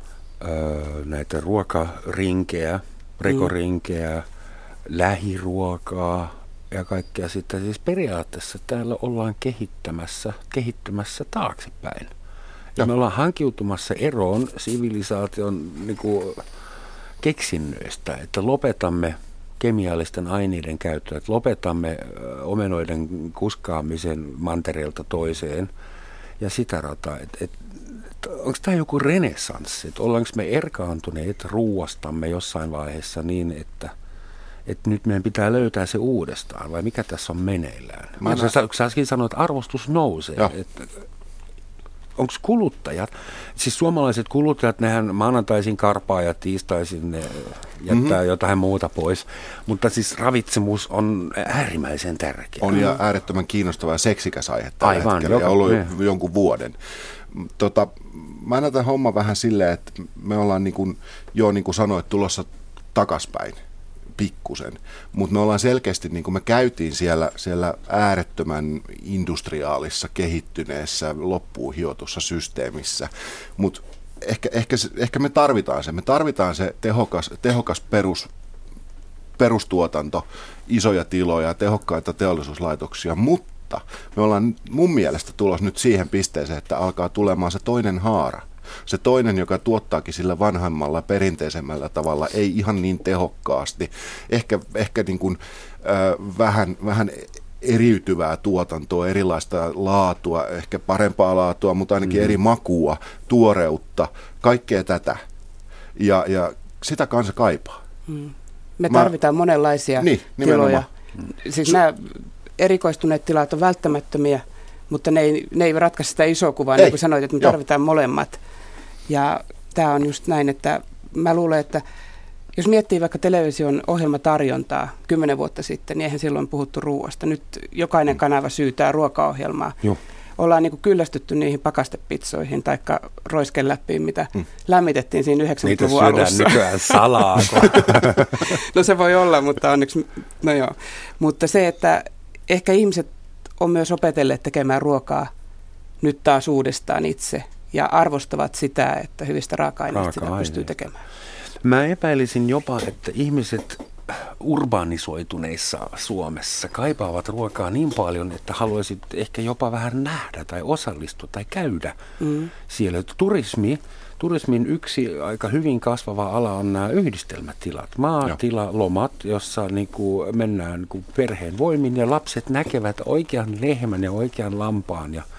näitä ruokarinkejä, rekorinkeä, lähiruokaa ja kaikkea sitä. Siis periaatteessa täällä ollaan kehittymässä taaksepäin. Ja me ollaan hankiutumassa eroon sivilisaation keksinnöistä, että lopetamme kemiallisten aineiden käyttöä, että lopetamme omenoiden kuskaamisen mantereelta toiseen ja sitä rataa. Onko tämä joku renessanssi, että ollaanko me erkaantuneet ruuastamme jossain vaiheessa niin, että nyt meidän pitää löytää se uudestaan, vai mikä tässä on meneillään? Sä äsken sanoit, että arvostus nousee. Onko kuluttajat, siis suomalaiset kuluttajat, nehän maanantaisin karpaa ja tiistaisin ne jättää jotain muuta pois, mutta siis ravitsemus on äärimmäisen tärkeä. On ja äärettömän kiinnostava ja seksikäs aihe tällä hetkellä ja ollut jonkun vuoden. Mä näen tämän homman vähän silleen, että me ollaan niin kuin sanoit, tulossa takaspäin pikkusen, mutta me ollaan selkeästi, niin kuin me käytiin siellä äärettömän industriaalissa, kehittyneessä, loppuun hiotussa systeemissä, mutta ehkä me tarvitaan se tehokas perustuotanto, isoja tiloja, tehokkaita teollisuuslaitoksia, mutta me ollaan mun mielestä tulossa nyt siihen pisteeseen, että alkaa tulemaan se toinen haara. Se toinen, joka tuottaakin sillä vanhemmalla, perinteisemmällä tavalla, ei ihan niin tehokkaasti, ehkä niin kuin, vähän eriytyvää tuotantoa, erilaista laatua, ehkä parempaa laatua, mutta ainakin eri makua, tuoreutta, kaikkea tätä. Ja sitä kansa kaipaa. Me tarvitaan monenlaisia tiloja. Siis nämä erikoistuneet tilat on välttämättömiä, mutta ne ei ratkaise sitä isoa kuvaa, niin kuin sanoit, että me tarvitaan molemmat. Ja tämä on just näin, että mä luulen, että Jos miettii vaikka television ohjelmatarjontaa 10 vuotta sitten, niin eihän silloin puhuttu ruuasta. Nyt jokainen kanava syytää ruokaohjelmaa. Joo. Ollaan niin kuin kyllästytty niihin pakastepitsoihin tai roiskeläppiin, mitä lämmitettiin siinä 90-luvun alussa. Niitä syödään nykyään salaa. No se voi olla, mutta onneksi, no joo. Mutta se, että ehkä ihmiset on myös opetelleet tekemään ruokaa nyt taas uudestaan itse ja arvostavat sitä, että hyvistä raaka-aineista sitä pystyy tekemään. Mä epäilisin jopa, että ihmiset urbanisoituneissa Suomessa kaipaavat ruokaa niin paljon, että haluaisit ehkä jopa vähän nähdä tai osallistua tai käydä siellä. Turismin yksi aika hyvin kasvava ala on nämä yhdistelmätilat, maatilalomat, jossa mennään perheen voimin ja lapset näkevät oikean lehmän ja oikean lampaan ja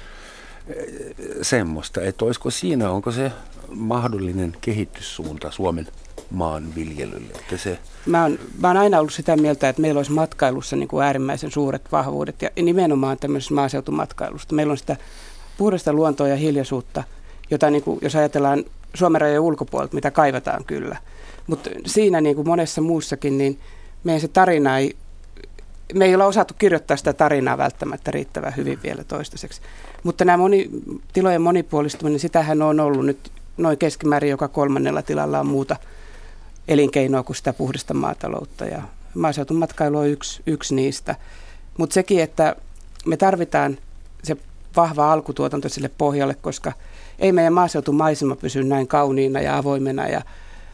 semmoista, että onko se mahdollinen kehityssuunta Suomen maanviljelylle? Että se... Mä oon aina ollut sitä mieltä, että meillä olisi matkailussa äärimmäisen suuret vahvuudet ja nimenomaan tämmöisessä maaseutumatkailusta. Meillä on sitä puhdasta luontoa ja hiljaisuutta, jota jos ajatellaan Suomen rajojen ulkopuolelta, mitä kaivataan kyllä. Mutta siinä monessa muussakin, niin meidän se tarina me ei olla osattu kirjoittaa sitä tarinaa välttämättä riittävän hyvin vielä toistaiseksi. Mutta nämä tilojen monipuolistuminen, sitähän on ollut nyt noin keskimäärin joka 3. tilalla on muuta elinkeinoa kuin sitä puhdasta maataloutta. Ja maaseutumatkailu on yksi niistä. Mutta sekin, että me tarvitaan se vahva alkutuotanto sille pohjalle, koska ei meidän maaseutumaisema pysy näin kauniina ja avoimena ja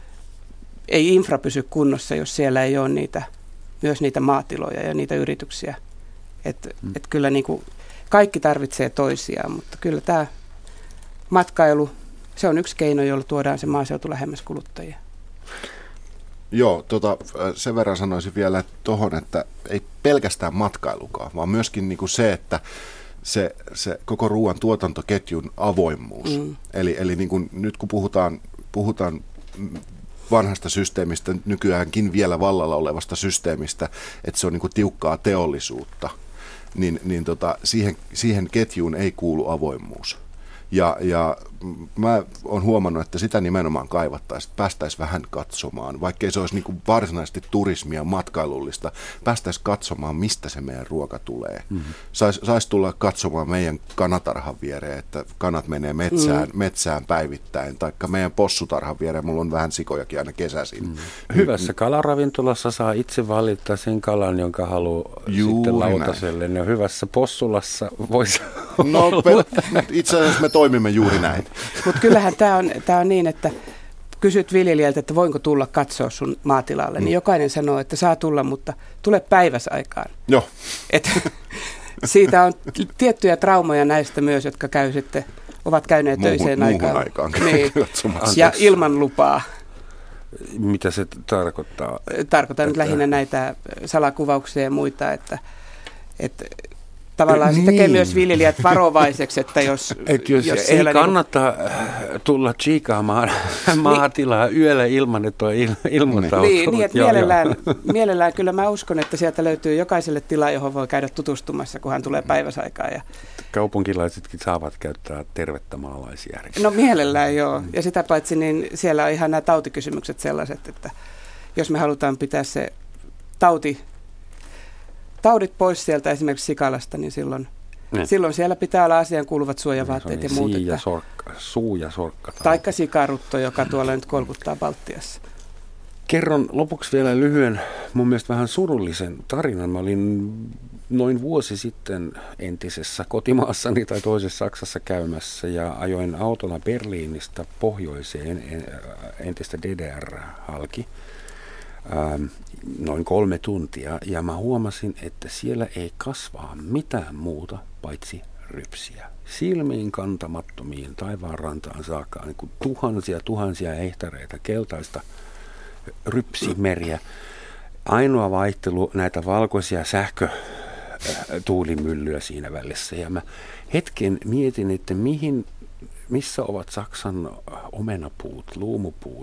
ei infra pysy kunnossa, jos siellä ei ole myös niitä maatiloja ja niitä yrityksiä. Et kyllä kaikki tarvitsee toisiaan, mutta kyllä tämä matkailu, se on yksi keino, jolla tuodaan se maaseutu lähemmäs kuluttajia. Joo, sen verran sanoisin vielä tuohon, että ei pelkästään matkailukaan, vaan myöskin se, että se koko ruoan tuotantoketjun avoimuus. Eli nyt kun puhutaan vanhasta systeemistä, nykyäänkin vielä vallalla olevasta systeemistä, että se on tiukkaa teollisuutta, niin siihen ketjuun ei kuulu avoimuus. Ja mä oon huomannut, että sitä nimenomaan kaivattaisiin, että päästäisiin vähän katsomaan, vaikkei se olisi varsinaisesti turismia, matkailullista, päästäisiin katsomaan, mistä se meidän ruoka tulee. Saisi tulla katsomaan meidän kanatarhan viereen, että kanat menee metsään päivittäin, taikka meidän possutarhan viereen, mulla on vähän sikojakin aina kesäisin. Hyvässä kalaravintolassa saa itse valita sen kalan, jonka haluaa sitten lautaselle. Ja hyvässä possulassa voisi itse asiassa me toimimme juuri näin. Mutta kyllähän tämä on niin, että kysyt viljelijältä, että voinko tulla katsoa sun maatilalle, niin jokainen sanoo, että saa tulla, mutta tule päiväsaikaan. Joo. Siitä on tiettyjä traumoja näistä myös, jotka ovat käyneet töiseen aikaan. Niin. Ja ilman lupaa. Mitä se tarkoittaa? Tarkoitan nyt lähinnä näitä salakuvauksia ja muita, että tavallaan se tekee myös viljelijät varovaiseksi, että jos ei kannata tulla tsiikaamaan maatilaa yöllä ilman, että on ilmoittautunut. Niin, että mielellään kyllä mä uskon, että sieltä löytyy jokaiselle tila, johon voi käydä tutustumassa, kun hän tulee päiväsaikaan. Ja kaupunkilaisetkin saavat käyttää tervettä maalaisjärkeä. No mielellään joo, ja sitä paitsi niin siellä on ihan nämä tautikysymykset sellaiset, että jos me halutaan pitää se taudit pois sieltä esimerkiksi sikalasta, niin silloin siellä pitää olla asiaan kuuluvat suojavaatteet ja muut. Suu- ja sorkka. Taikka sikarutto, joka tuolla nyt kolkuttaa Baltiassa. Kerron lopuksi vielä lyhyen, mun mielestä vähän surullisen tarinan. Mä olin noin vuosi sitten entisessä kotimaassani tai toisessa Saksassa käymässä ja ajoin autolla Berliinistä pohjoiseen entistä DDR-halki. Noin 3 tuntia ja mä huomasin, että siellä ei kasvaa mitään muuta paitsi rypsiä. Silmiin kantamattomiin taivaanrantaan saakka niin kuin tuhansia hehtaareita keltaista rypsimeriä. Ainoa vaihtelu näitä valkoisia sähkötuulimyllyjä siinä välissä ja mä hetken mietin, että missä ovat Saksan omenapuut, luumupuut,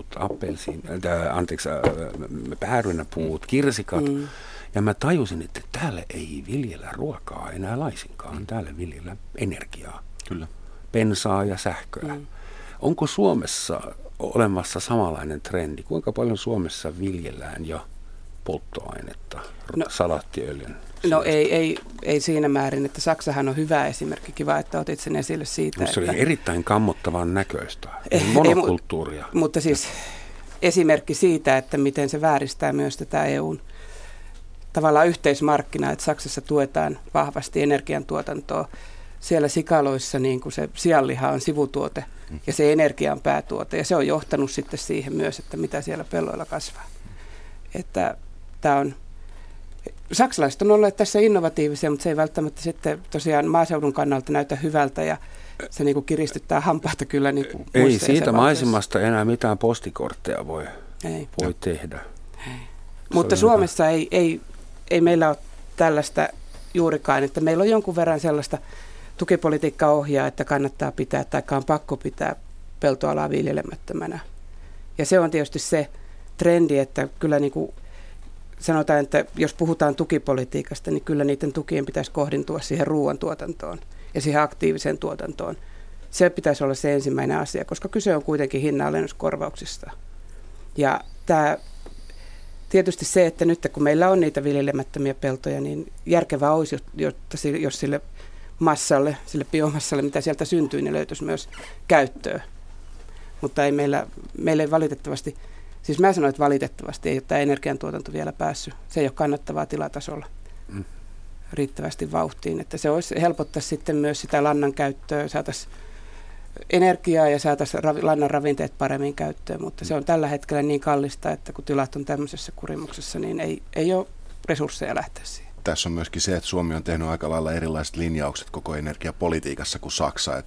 päärynäpuut, kirsikat. Ja mä tajusin, että täällä ei viljellä ruokaa enää laisinkaan. Täällä viljellä energiaa. Kyllä. Bensaa ja sähköä. Onko Suomessa olemassa samanlainen trendi? Kuinka paljon Suomessa viljellään jo polttoainetta, salaattiöljyn? No ei siinä määrin, että Saksahan on hyvä esimerkki. Kiva, että otit sen esille siitä. Se oli erittäin kammottavan näköistä. Monokulttuuria. Mutta siis esimerkki siitä, että miten se vääristää myös tätä EUn tavallaan yhteismarkkinaa, että Saksassa tuetaan vahvasti energiantuotantoa. Siellä sikaloissa niin kuin se sianliha on sivutuote ja se energia on päätuote. Ja se on johtanut sitten siihen myös, että mitä siellä pelloilla kasvaa. Että tämä on, saksalaiset on olleet tässä innovatiivisia, mutta se ei välttämättä sitten tosiaan maaseudun kannalta näytä hyvältä ja se niin kuin kiristyttää hampaata kyllä. Niin kuin ei siitä maisemasta enää mitään postikortteja voi tehdä. Ei. Mutta Suomessa ei meillä ole tällaista juurikaan, että meillä on jonkun verran sellaista tukipolitiikkaa ohjaa, että kannattaa pitää tai on pakko pitää peltoalaa viljelemättömänä. Ja se on tietysti se trendi, että kyllä niin kuin sanotaan, että jos puhutaan tukipolitiikasta, niin kyllä niiden tukien pitäisi kohdintua siihen ruoantuotantoon ja siihen aktiiviseen tuotantoon. Se pitäisi olla se ensimmäinen asia, koska kyse on kuitenkin hinnanalennuskorvauksista. Ja tämä tietysti se, että nyt kun meillä on niitä viljelemättömiä peltoja, niin järkevää olisi, jos sille massalle, sille biomassalle, mitä sieltä syntyy, niin löytyisi myös käyttöä. Mutta ei meillä ei valitettavasti, siis mä sanoin, että valitettavasti ei ole tämä energiantuotanto vielä päässyt. Se ei ole kannattavaa tilatasolla riittävästi vauhtiin. Että se olisi helpottaisi sitten myös sitä lannan käyttöä, saataisiin energiaa ja saataisiin lannan ravinteet paremmin käyttöön, mutta se on tällä hetkellä niin kallista, että kun tilat on tämmöisessä kurimuksessa, niin ei ole resursseja lähteä siihen. Tässä on myöskin se, että Suomi on tehnyt aika lailla erilaiset linjaukset koko energiapolitiikassa kuin Saksa.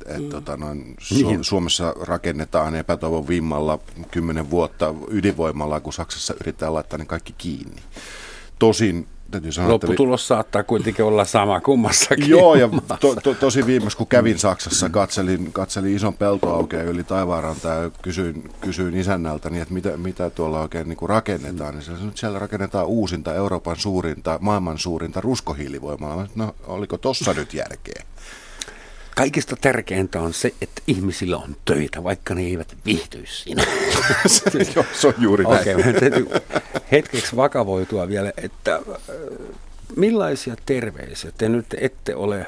Suomessa rakennetaan epätoivon vimmalla 10 vuotta ydinvoimalla, kun Saksassa yritetään laittaa ne kaikki kiinni. Tosin lopputulos saattaa kuitenkin olla sama kummassakin. Joo, ja tosi viimeksi kun kävin Saksassa, katselin ison peltoaukeen yli taivaanrantaa ja kysyin isännältä, niin että mitä tuolla oikein niin kuin rakennetaan. Niin siellä rakennetaan uusinta, Euroopan suurinta, maailman suurinta ruskohiilivoimaa. No, oliko tossa nyt järkeä? Kaikista tärkeintä on se, että ihmisillä on töitä, vaikka ne eivät viihtyisi siinä. Joo, se on juuri näin. Okei, täytyy hetkeksi vakavoitua vielä, että millaisia terveisiä? Te nyt ette ole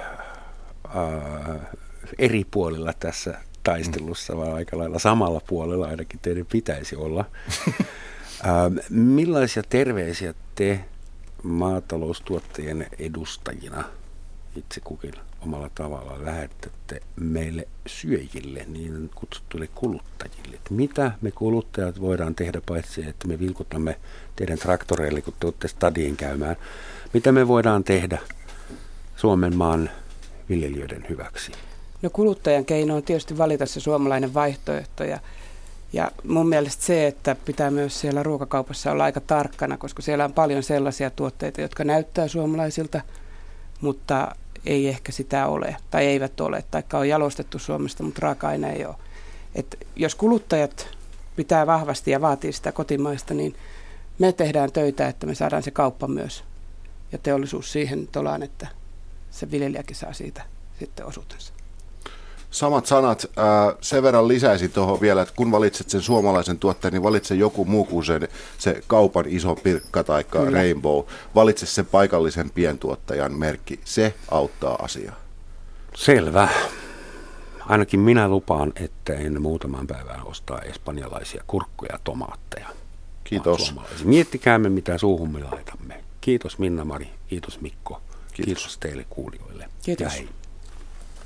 eri puolilla tässä taistelussa, vaan aika lailla samalla puolella ainakin teidän pitäisi olla. Millaisia terveisiä te maataloustuottajien edustajina itse kukin omalla tavalla lähetätte meille syöjille, niin kutsuttuille kuluttajille? Että mitä me kuluttajat voidaan tehdä, paitsi että me vilkutamme teidän traktoreille, kun te olette stadiin käymään. Mitä me voidaan tehdä Suomen maan viljelijöiden hyväksi? No kuluttajan keino on tietysti valita se suomalainen vaihtoehto ja mun mielestä se, että pitää myös siellä ruokakaupassa olla aika tarkkana, koska siellä on paljon sellaisia tuotteita, jotka näyttää suomalaisilta, mutta ei ehkä sitä ole, tai eivät ole, tai on jalostettu Suomesta, mutta raaka-aine ei ole. Et jos kuluttajat pitää vahvasti ja vaatii sitä kotimaista, niin me tehdään töitä, että me saadaan se kauppa myös ja teollisuus siihen tolaan, että se viljelijäkin saa siitä sitten osuutensa. Samat sanat. Sen verran lisäisin tuohon vielä, että kun valitset sen suomalaisen tuotteen, niin valitse joku muu kuin se kaupan iso Pirkka tai Rainbow. Valitse sen paikallisen pientuottajan merkki. Se auttaa asiaa. Selvä. Ainakin minä lupaan, että en muutaman päivään ostaa espanjalaisia kurkkuja ja tomaatteja. Kiitos. Miettikäämme, mitä suuhun me laitamme. Kiitos Minna-Mari, kiitos Mikko. Kiitos teille kuulijoille. Kiitos.